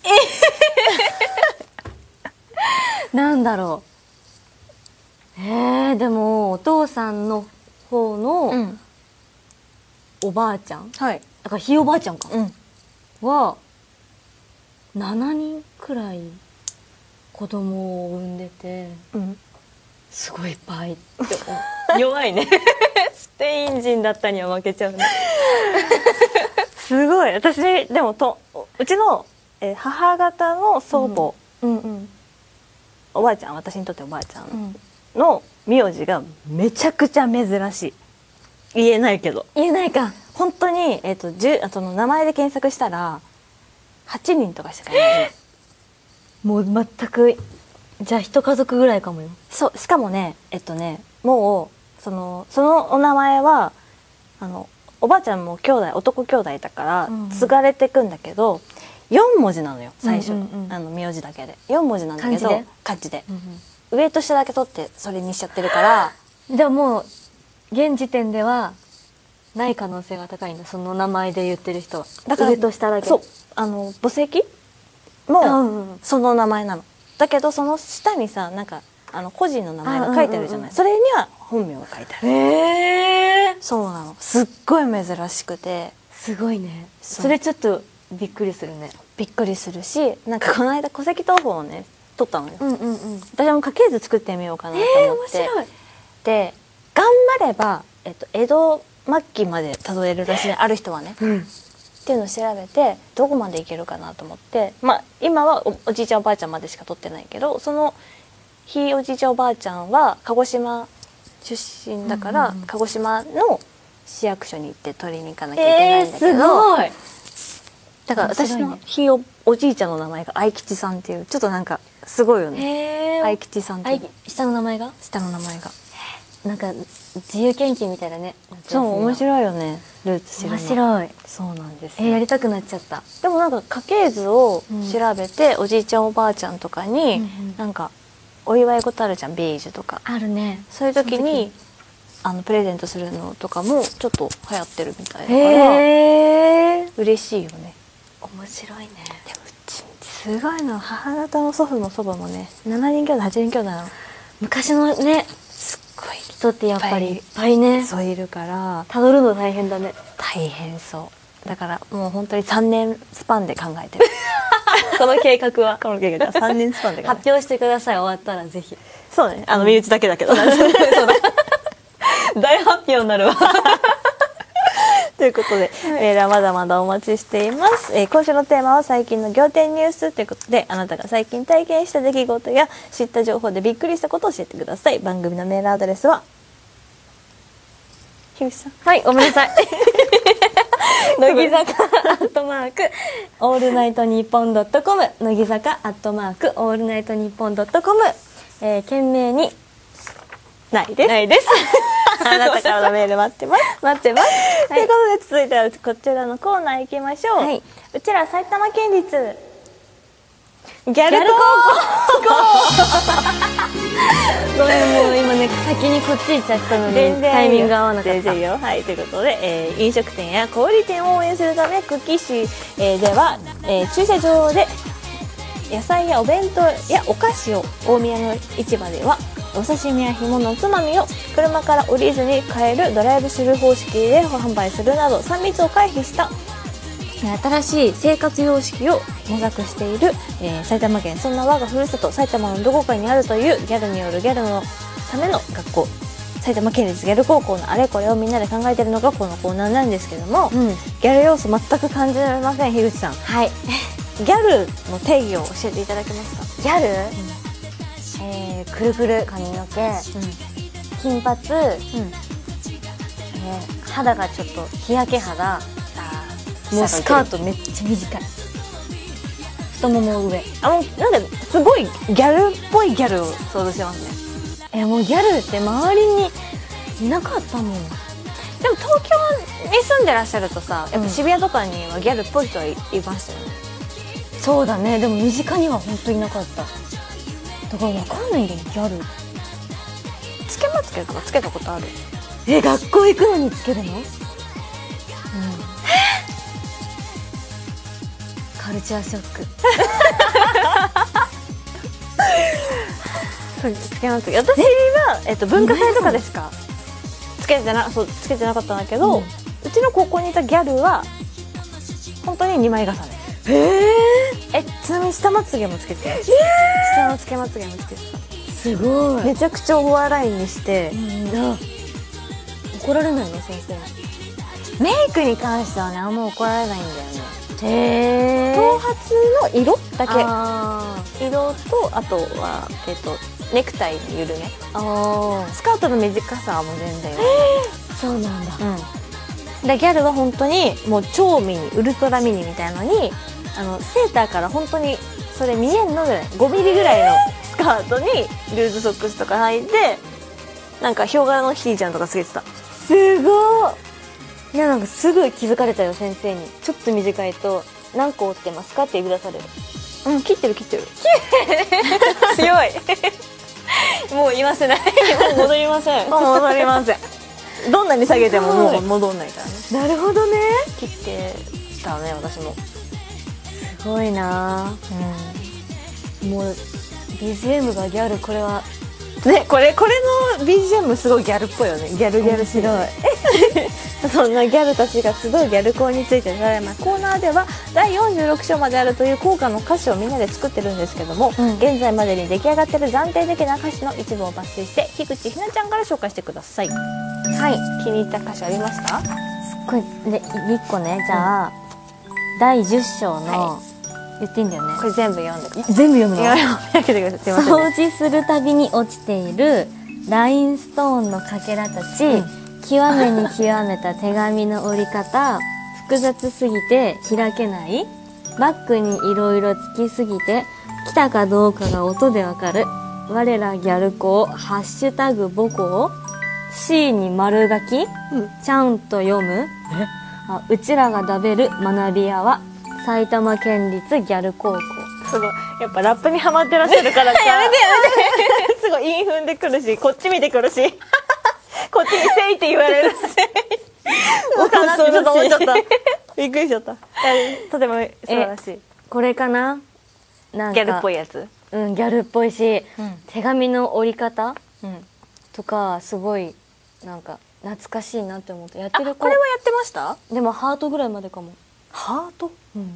なんだろう。でもお父さんの方のおばあちゃん、 はい。 だからひいおばあちゃんか、 うん。 は7人くらい子供を産んでて、 うん。 すごいいっぱいって思う弱いねスペイン人だったには負けちゃうねすごい。私でもうちの、母方の祖母、おばあちゃん、私にとっておばあちゃんの名字がめちゃくちゃ珍しい。言えないけど言えないか。 本当にその名前で検索したら8人とかしかいないもう全く、じゃあ一家族ぐらいかもよ。 そうしかもねもうそのお名前はおばあちゃんも男兄弟だから継がれてくんだけど、4文字なのよ最初、名字だけで4文字なんだけど漢字で、上と下だけ取ってそれにしちゃってるからじゃあもう現時点ではない可能性が高いんだ、その名前で言ってる人は。 だから上と下だけ。 そう墓石もその名前なの、だけどその下にさなんか個人の名前が書いてあるじゃない、それには本名が書いてある。そうなの。すっごい珍しくてすごいね。 そうそれちょっとびっくりするね。 びっくりするし、なんかこの間戸籍謄本をね取ったのよ、私も家系図作ってみようかなと思って、 面白い。 で頑張れば、江戸末期までたどれるらしい、ある人はね、っていうのを調べてどこまでいけるかなと思って、今はおじいちゃんおばあちゃんまでしか取ってないけど、そのひいおじいちゃんおばあちゃんは鹿児島出身だから、鹿児島の市役所に行って取りに行かなきゃいけないんだけど、 すごい。 だから私のひい おじいちゃんの名前が愛吉さんっていう、ちょっとなんかすごいよね。愛吉さんっていう下の名前が下の名前がなんか自由研究みたいだね。 そう面白いよね、ルーツ知るの。 面白い。 そうなんですよ。 やりたくなっちゃった。 でもなんか家系図を調べて、おじいちゃんおばあちゃんとかに、なんかお祝い事あるじゃん、ベージュとか、 あるね。 そういう時にプレゼントするのとかもちょっと流行ってるみたいだから嬉しいよね。 面白いね。 でもうちすごいの、母方の祖父も祖母もね7人兄弟8人兄弟なの。 昔のね、 すっごい人ってやっぱりいっぱいね、 そういるからたどるの大変だね。 大変そう。だからもう本当に3年スパンで考えてるこの計画はこの計画は3年スパンで考えてる。 発表してください。終わったらぜひ。 そうね、身内だけだけどそうだ大発表になるわということで、メールはまだまだお待ちしています。今週のテーマは最近の仰天ニュースということで、あなたが最近体験した出来事や知った情報でびっくりしたことを教えてください。番組のメールアドレスは樋口さん。 はい、ごめんなさい乃木坂@オールナイトニッポンドットコム、乃木坂@オールナイトニッポンドットコム、懸命にないです。 ないですあなたからのメール待ってます。 待ってますということで続いてはこちらのコーナー行きましょう。 はい、 うちら埼玉県立ギャル高ごめん、もう今ね先にこっち行っちゃったのに全然タイミングが合わなかった。 全然いいよ。はい、ということで、飲食店や小売店を応援するため久喜市、では、駐車場で野菜やお弁当やお菓子を、大宮の市場ではお刺身や干物、つまみを車から降りずに買えるドライブスルー方式で販売するなど、3密を回避した新しい生活様式を模索している、埼玉県、そんな我がふるさと埼玉のどこかにあるというギャルによるギャルのための学校、埼玉県立ギャル高校のあれこれをみんなで考えているのがこのコーナーなんですけども、ギャル要素全く感じられません。樋口さん、 はい、 ギャルの定義を教えていただけますか？ ギャル、くるくる髪の毛、金髪、肌がちょっと日焼け肌、もうスカートめっちゃ短い、 太もも上。 もうなんかすごいギャルっぽいギャルを想像してますね。 もうギャルって周りにいなかったもん。 でも東京に住んでらっしゃるとさ、やっぱ渋谷とかにはギャルっぽい人はいましたよね。 そうだね。でも身近には本当にいなかった。だからわかんないんだよ、ギャル。 つけまつげとかつけたことある？ 学校行くのにつけるの？カルチャーショック。 つけまつげ。私は文化祭とかでしかつけてなかったんだけど、うちの高校にいたギャルは本当に2枚重ね。ちなみに下まつげもつけてた。下のつけまつげもつけてた。 すごい。 めちゃくちゃオーバーラインにして、 怒られないの先生に？ メイクに関してはねあんま怒られないんだよ頭ね。頭髪の色だけ。色とあとはネクタイの緩め。スカートの短さはもう全然。 そうなんだ。 でギャルは本当にもう超ミニウルトラミニみたいのにセーターから本当にそれ見えんのぐらい5ミリぐらいのスカートにルーズソックスとか履いてなんかヒョウ柄のヒーちゃんとかつけてた。 すごい。いやなんかすぐ気づかれたよ先生に。ちょっと短いと何個折ってますかって言い出される。 切ってる強い。 もう言わせない。もう戻りません。 もう戻りません。どんなに下げてももう戻んないからね。 なるほどね。 切ってたね私も。 すごいな。もう BGM がギャル。これはね、これの BGM すごいギャルっぽいよね。ギャルしい。そんなギャルたちが集うギャル校についてただいまコーナーでは第46章まであるという校歌の歌詞をみんなで作ってるんですけども、現在までに出来上がってる暫定的な歌詞の一部を抜粋して樋口ひなちゃんから紹介してください。 はい。 気に入った歌詞ありました？ すっごいね。1個ね。じゃあ、第10章の、言っていいんだよね。 これ全部読んでください。 全部読むの？ 開けてください。すいませんね。 掃除するたびに落ちているラインストーンのかけらたち、極めに極めた手紙の折り方、複雑すぎて開けない、バッグにいろいろつきすぎて来たかどうかが音でわかる、我らギャル校ハッシュタグ母校 C に丸書き、ちゃんと読む、うちらが食べる学び屋は埼玉県立ギャル高校。 すごいやっぱラップにハマってらっしゃるからかやめてすごい韻踏んでくるしこっち見てくるしこっちにせいって言われるしそうかなってちょっと思っちゃった。びっくりしちゃった。とても素晴らしい。 これかな。なんかギャルっぽいやつ。 ギャルっぽいし、手紙の折り方、 うん、 とかすごいなんか懐かしいなって思って。やってる子これはやってました？ でもハートぐらいまでかも。 ハート？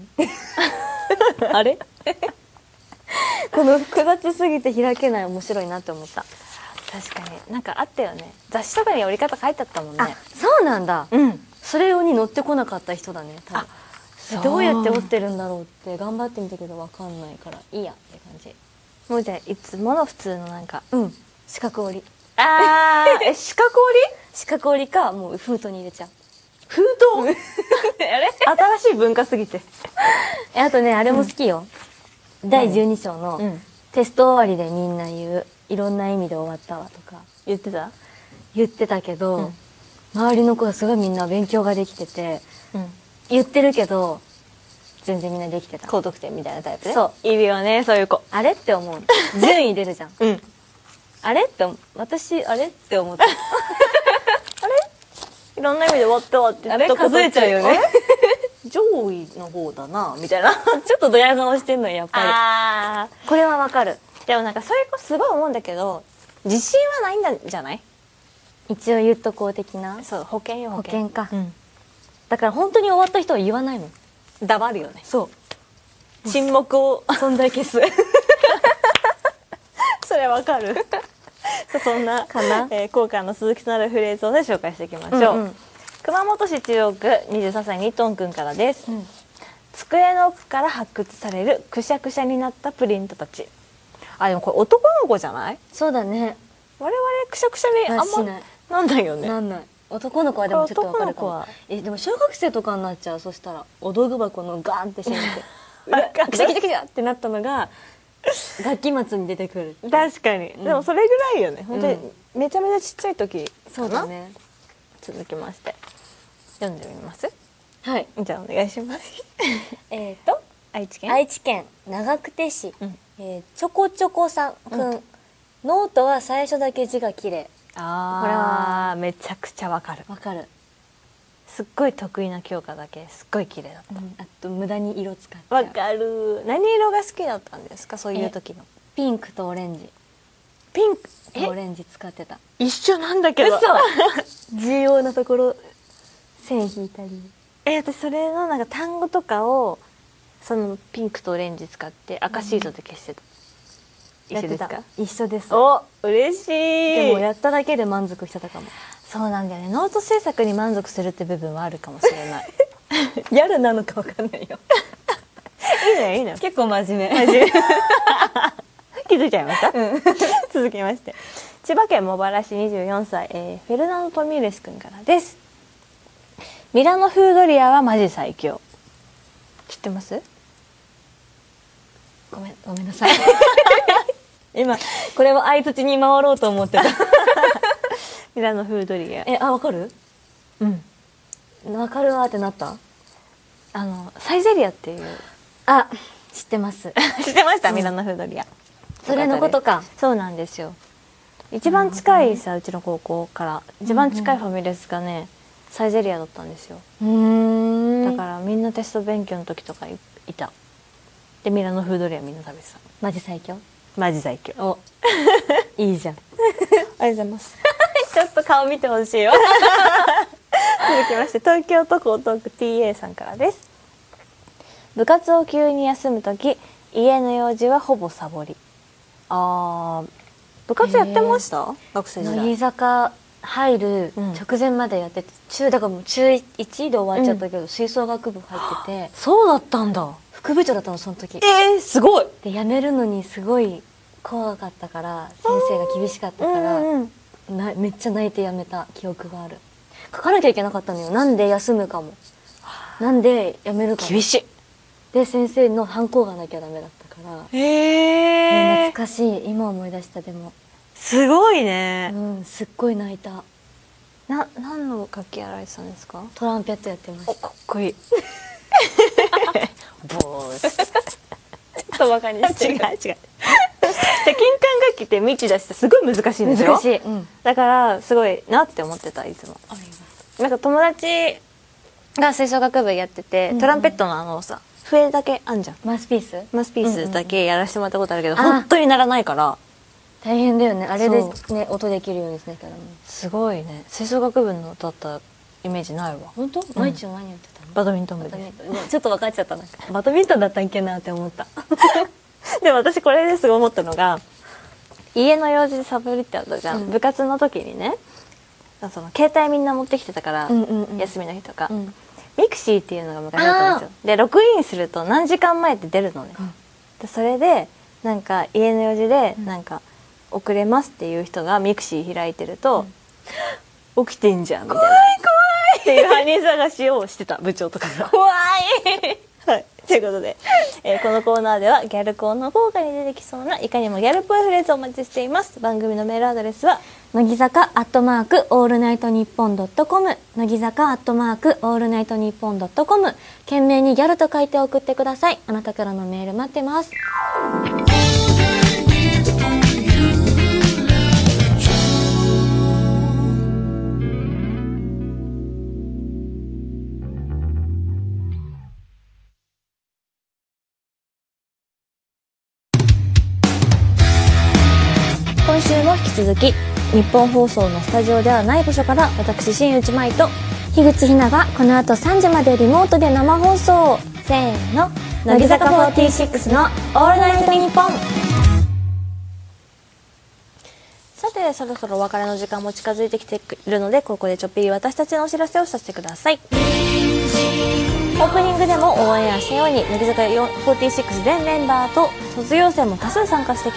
あれこの複雑すぎて開けない面白いなって思った。 確かになんかあったよね。雑誌とかに折り方書いてあったもんね。 そうなんだ。 うん。 それ用に乗ってこなかった人だね多分。 そうどうやって折ってるんだろうって頑張ってみたけど分かんないからいいやって感じ。 もうじゃあいつもの普通のなんか四角折り。 四角折り？ 四角折りかもう封筒に入れちゃう。 封筒？あれ？新しい文化すぎて。 あとねあれも好きよ。第12章のテスト終わりでみんな言ういろんな意味で終わったわとか言ってたけど、周りの子がすごいみんな勉強ができてて、言ってるけど全然みんなできてた。 高得点みたいなタイプね。 そういるよねそういう子。 あれって思う。順位出るじゃん。あれって私あれって思って。 いろんな意味で終わったわってあれ数えちゃうよね。 上位の方だなみたいな。 ちょっとドヤ顔してんのやっぱり。これはわかる。 でもなんかそういう子すごい思うんだけど自信はないんじゃない？ 一応言っとこう的な。 そう保険よ保険か、 うんだから本当に終わった人は言わないもん。 黙るよね。 そう沈黙を存在消す。 それわかる。そんなかな、 効果の続きとなるフレーズを、ね、紹介していきましょう。熊本市中央区23歳にトンくんからです、机の奥から発掘されるくしゃくしゃになったプリントたち。でもこれ男の子じゃない？ そうだね。 我々くしゃくしゃにあんまなんないよね。 なんない。男の子はでもちょっとわかるかも。でも小学生とかになっちゃう。そしたらお道具箱のガーンって閉めてキシャキシャキシャってなったのが学期末に出てくる。 確かに、でもそれぐらいよね、本当にめちゃめちゃちっちゃい時かな。 そうだね。 続きまして読んでみます。 はい。 じゃあお願いします。愛知県愛知県長久手市、 うんちょこちょこさんくん、ノートは最初だけ字が綺麗。 あこれはめちゃくちゃわかる。 わかる。 すっごい得意な教科だけすっごい綺麗だっあと無駄に色使っちた。 ゃう。 わかる。何色が好きだったんですか、そういう時の。 ピンクとオレンジ。 ピンクオレンジ使ってた。 一緒なんだけど。 重要なところ線引いたり。 私それのなんか単語とかをそのピンクとオレンジ使って赤シートで消してた。一緒ですか？ やってた。一緒です。 お、嬉しい。 でもやっただけで満足してたかも。 そうなんだよね。ノート制作に満足するって部分はあるかもしれない。 ギャルなのかわかんないよ。 いいのよ、いいのよ。 結構真面目。 気づいちゃいました、続きまして千葉県茂原市24歳、フェルナンド・トミーレス君からです。ミラノ風ドリアはマジ最強。知ってます？ ごめんなさい。今これは相槌に回ろうと思ってた。 ミラノ風ドリア。 わかる？ うん。 わかるわってなった？ サイゼリアっていうあ、知ってます。 知ってました？ミラノ風ドリア。 それのことか。 そうなんですよ。一番近いさ、うちの高校から一番近いファミレスがね、サイゼリアだったんですよ。だからみんなテスト勉強の時とかいた。でミラノ風ドリアみんな食べてた。 マジ最強？ マジ最強。 お、いいじゃん。 ありがとうございます。ちょっと顔見てほしいわ。続きまして東京都江東区 TA さんからです。部活を急に休む時、家の用事はほぼサボり。部活やってました？学生時代。 乃木坂入る直前までやってて、だからもう中1で終わっちゃったけど、吹奏楽部入ってて、 そうだったんだ。 副部長だったのその時。 すごい。 で辞めるのにすごい怖かったから、先生が厳しかったから、めっちゃ泣いて辞めた記憶がある。書かなきゃいけなかったのよ。なんで休むかも、なんで辞めるかも。 厳しい。 で先生の反抗がなきゃダメだったから。懐かしい。今思い出した。でもすごいね。 すっごい泣いた。 何の楽器やられてたんですか？ トランペットやってました。 かっこいい。ボース。ちょっとバカにしてる。違う。金管楽器って未知だしすごい難しいんですよ。 難しい。 だからすごいなって思ってた、いつも。なんか友達が吹奏楽部やってて、トランペットのさ、笛だけあんじゃん。 マウスピースだけやらせてもらったことあるけど、本当にならないから大変だよね。あれでね、音できるようにしなきゃダメ。 すごいね。吹奏楽部のだったイメージないわ。 本当？毎日何やってたの？ バドミントン部です。 ちょっと分かっちゃった。なんかバドミントンだったんけなって思った。 でも私これですごい思ったのが、家の用事でサボりってあったじゃん、部活の時にね、その携帯みんな持ってきてたから、休みの日とか、ミクシーっていうのが昔だったんですよ。でログインすると何時間前って出るのね、でそれでなんか家の用事でなんか遅れますっていう人がミクシー開いてると、起きてんじゃんみたいな、怖いっていう犯人探しをしてた部長とかが。 怖い。 はい、ということで、このコーナーではギャルコンの効果に出てきそうないかにもギャルっぽいフレーズをお待ちしています。番組のメールアドレスは乃木坂@オールナイトニッポン.com、乃木坂@オールナイトニッポン.com、懸命にギャルと書いて送ってください。あなたからのメール待ってます。 今週も引き続き日本放送のスタジオではない場所から私新内舞と樋口ひながこの後3時までリモートで生放送。せーの、乃木坂46のオールナイトニッポン。 さてそろそろお別れの時間も近づいてきているので、ここでちょっぴり私たちのお知らせをさせてください。オープニングでもオンエアしたように乃木坂46全メンバーと卒業生も多数参加して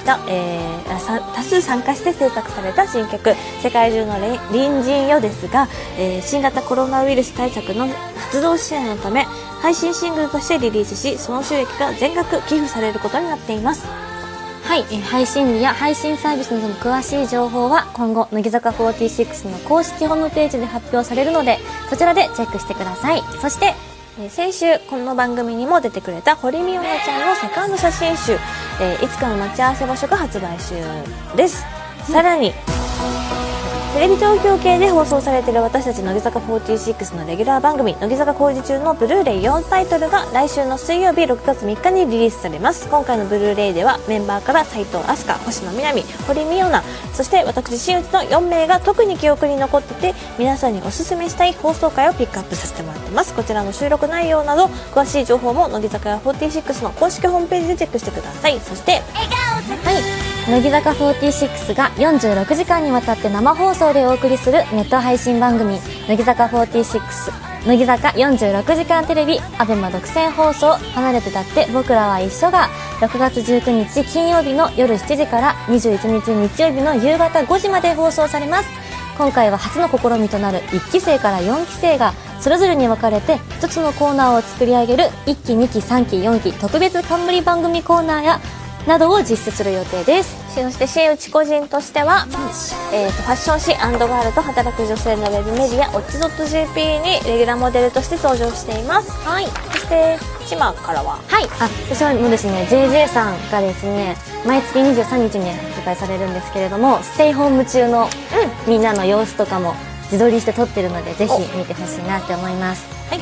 制作された新曲「世界中の隣人よ」ですが、新型コロナウイルス対策の活動支援のため配信シングルとしてリリースし、その収益が全額寄付されることになっています。 はい、配信日や配信サービスなどの詳しい情報は今後乃木坂46の公式ホームページで発表されるので、そちらでチェックしてください。そして先週この番組にも出てくれた堀美央奈ちゃんのセカンド写真集、いつかの待ち合わせ場所が発売中です。さらにテレビ東京系で放送されている私たち乃木坂46のレギュラー番組乃木坂工事中のブルーレイ4タイトルが来週の水曜日6月3日にリリースされます。今回のブルーレイではメンバーから斉藤飛鳥、星野みなみ、堀美央奈、そして私新内の4名が特に記憶に残ってて皆さんにおすすめしたい放送回をピックアップさせてもらってます。こちらの収録内容など詳しい情報も乃木坂46の公式ホームページでチェックしてください。そして乃木坂46が46時間にわたって生放送でお送りするネット配信番組乃木坂46乃木坂46時間テレビアベマ独占放送離れてたって僕らは一緒が6月19日金曜日の夜7時から21日日曜日の夕方5時まで放送されます。今回は初の試みとなる1期生から4期生がそれぞれに分かれて一つのコーナーを作り上げる1期2期3期4期特別冠番組コーナーやなどを実施する予定です。 そして新内個人としては、ファッション誌&ガールと働く女性のウェブメディア Watch.jp にレギュラーモデルとして登場しています。はい。そして島からは私もですね JJ さんがですね毎月23日に発売されるんですけれども、ステイホーム中の、みんなの様子とかも自撮りして撮ってるのでぜひ見てほしいなって思います。はい。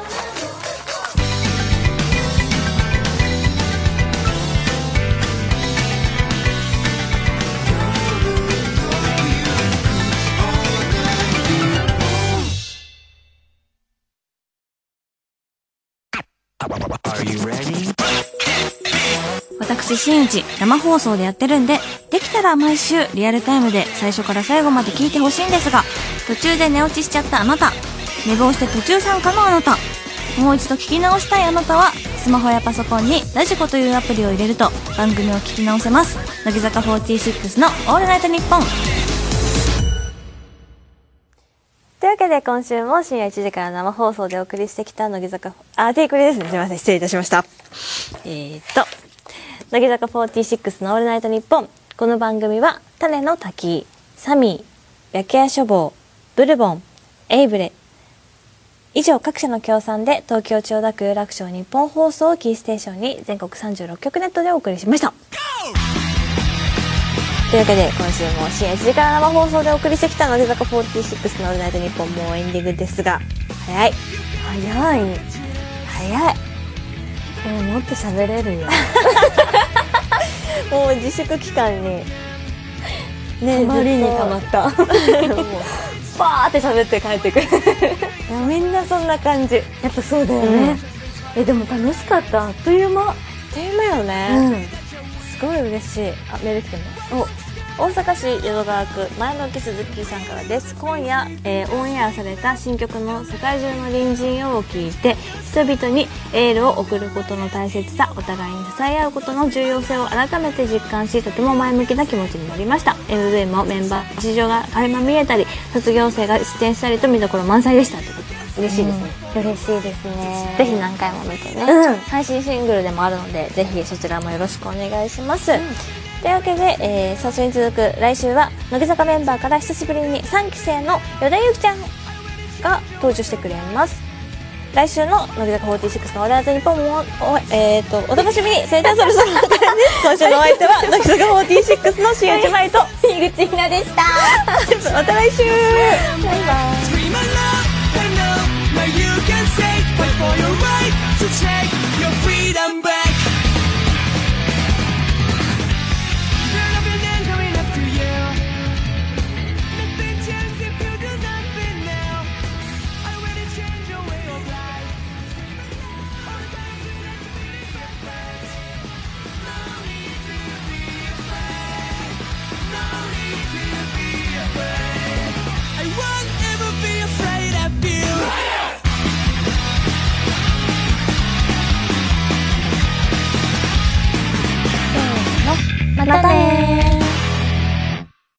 私新内生放送でやってるんで、できたら毎週リアルタイムで最初から最後まで聞いてほしいんですが、途中で寝落ちしちゃったあなた、寝坊して途中参加のあなた、もう一度聞き直したいあなたはスマホやパソコンにラジコというアプリを入れると番組を聞き直せます。乃木坂46のオールナイトニッポン。 というわけで今週も深夜1時から生放送でお送りしてきた乃木坂テイクリですね。すみません、失礼いたしました。乃木坂46のオールナイトニッポン。この番組は種の滝、サミー、焼け屋書房、ブルボン、エイブレ以上各社の協賛で東京千代田区有楽町日本放送をキーステーションに全国36局ネットでお送りしました。というわけで今週も深夜1時から生放送でお送りしてきた乃木坂46のオールナイトニッポンもうエンディングですが、早いもっと喋れるよもう自粛期間にね、たまりにたまったもうバーって喋って帰ってくるいやみんなそんな感じ。 やっぱそうだよね、でも楽しかった。あっという間よね、すごい嬉しい。メール来てます。大阪市淀川区前の木鈴木さんからです。今夜、オンエアされた新曲の世界中の隣人よを聞いて、人々にエールを送ることの大切さ、お互いに支え合うことの重要性を改めて実感し、とても前向きな気持ちになりました。 MV もメンバー事情が垣間見えたり、卒業生が出演したりと見どころ満載でした。ということで嬉しいですね、 嬉しいですね。 ぜひ何回も見てね、配信シングルでもあるのでぜひそちらもよろしくお願いします、というわけで、早速に続く来週は乃木坂メンバーから久しぶりに3期生の与田祐希ちゃんが登場してくれます。来週の乃木坂46のオールナイトニッポンもお楽しみに。それではそろそろお別れです。今週のお相手は乃木坂46の新内舞と井口ひなでしたまた来週バイバイ。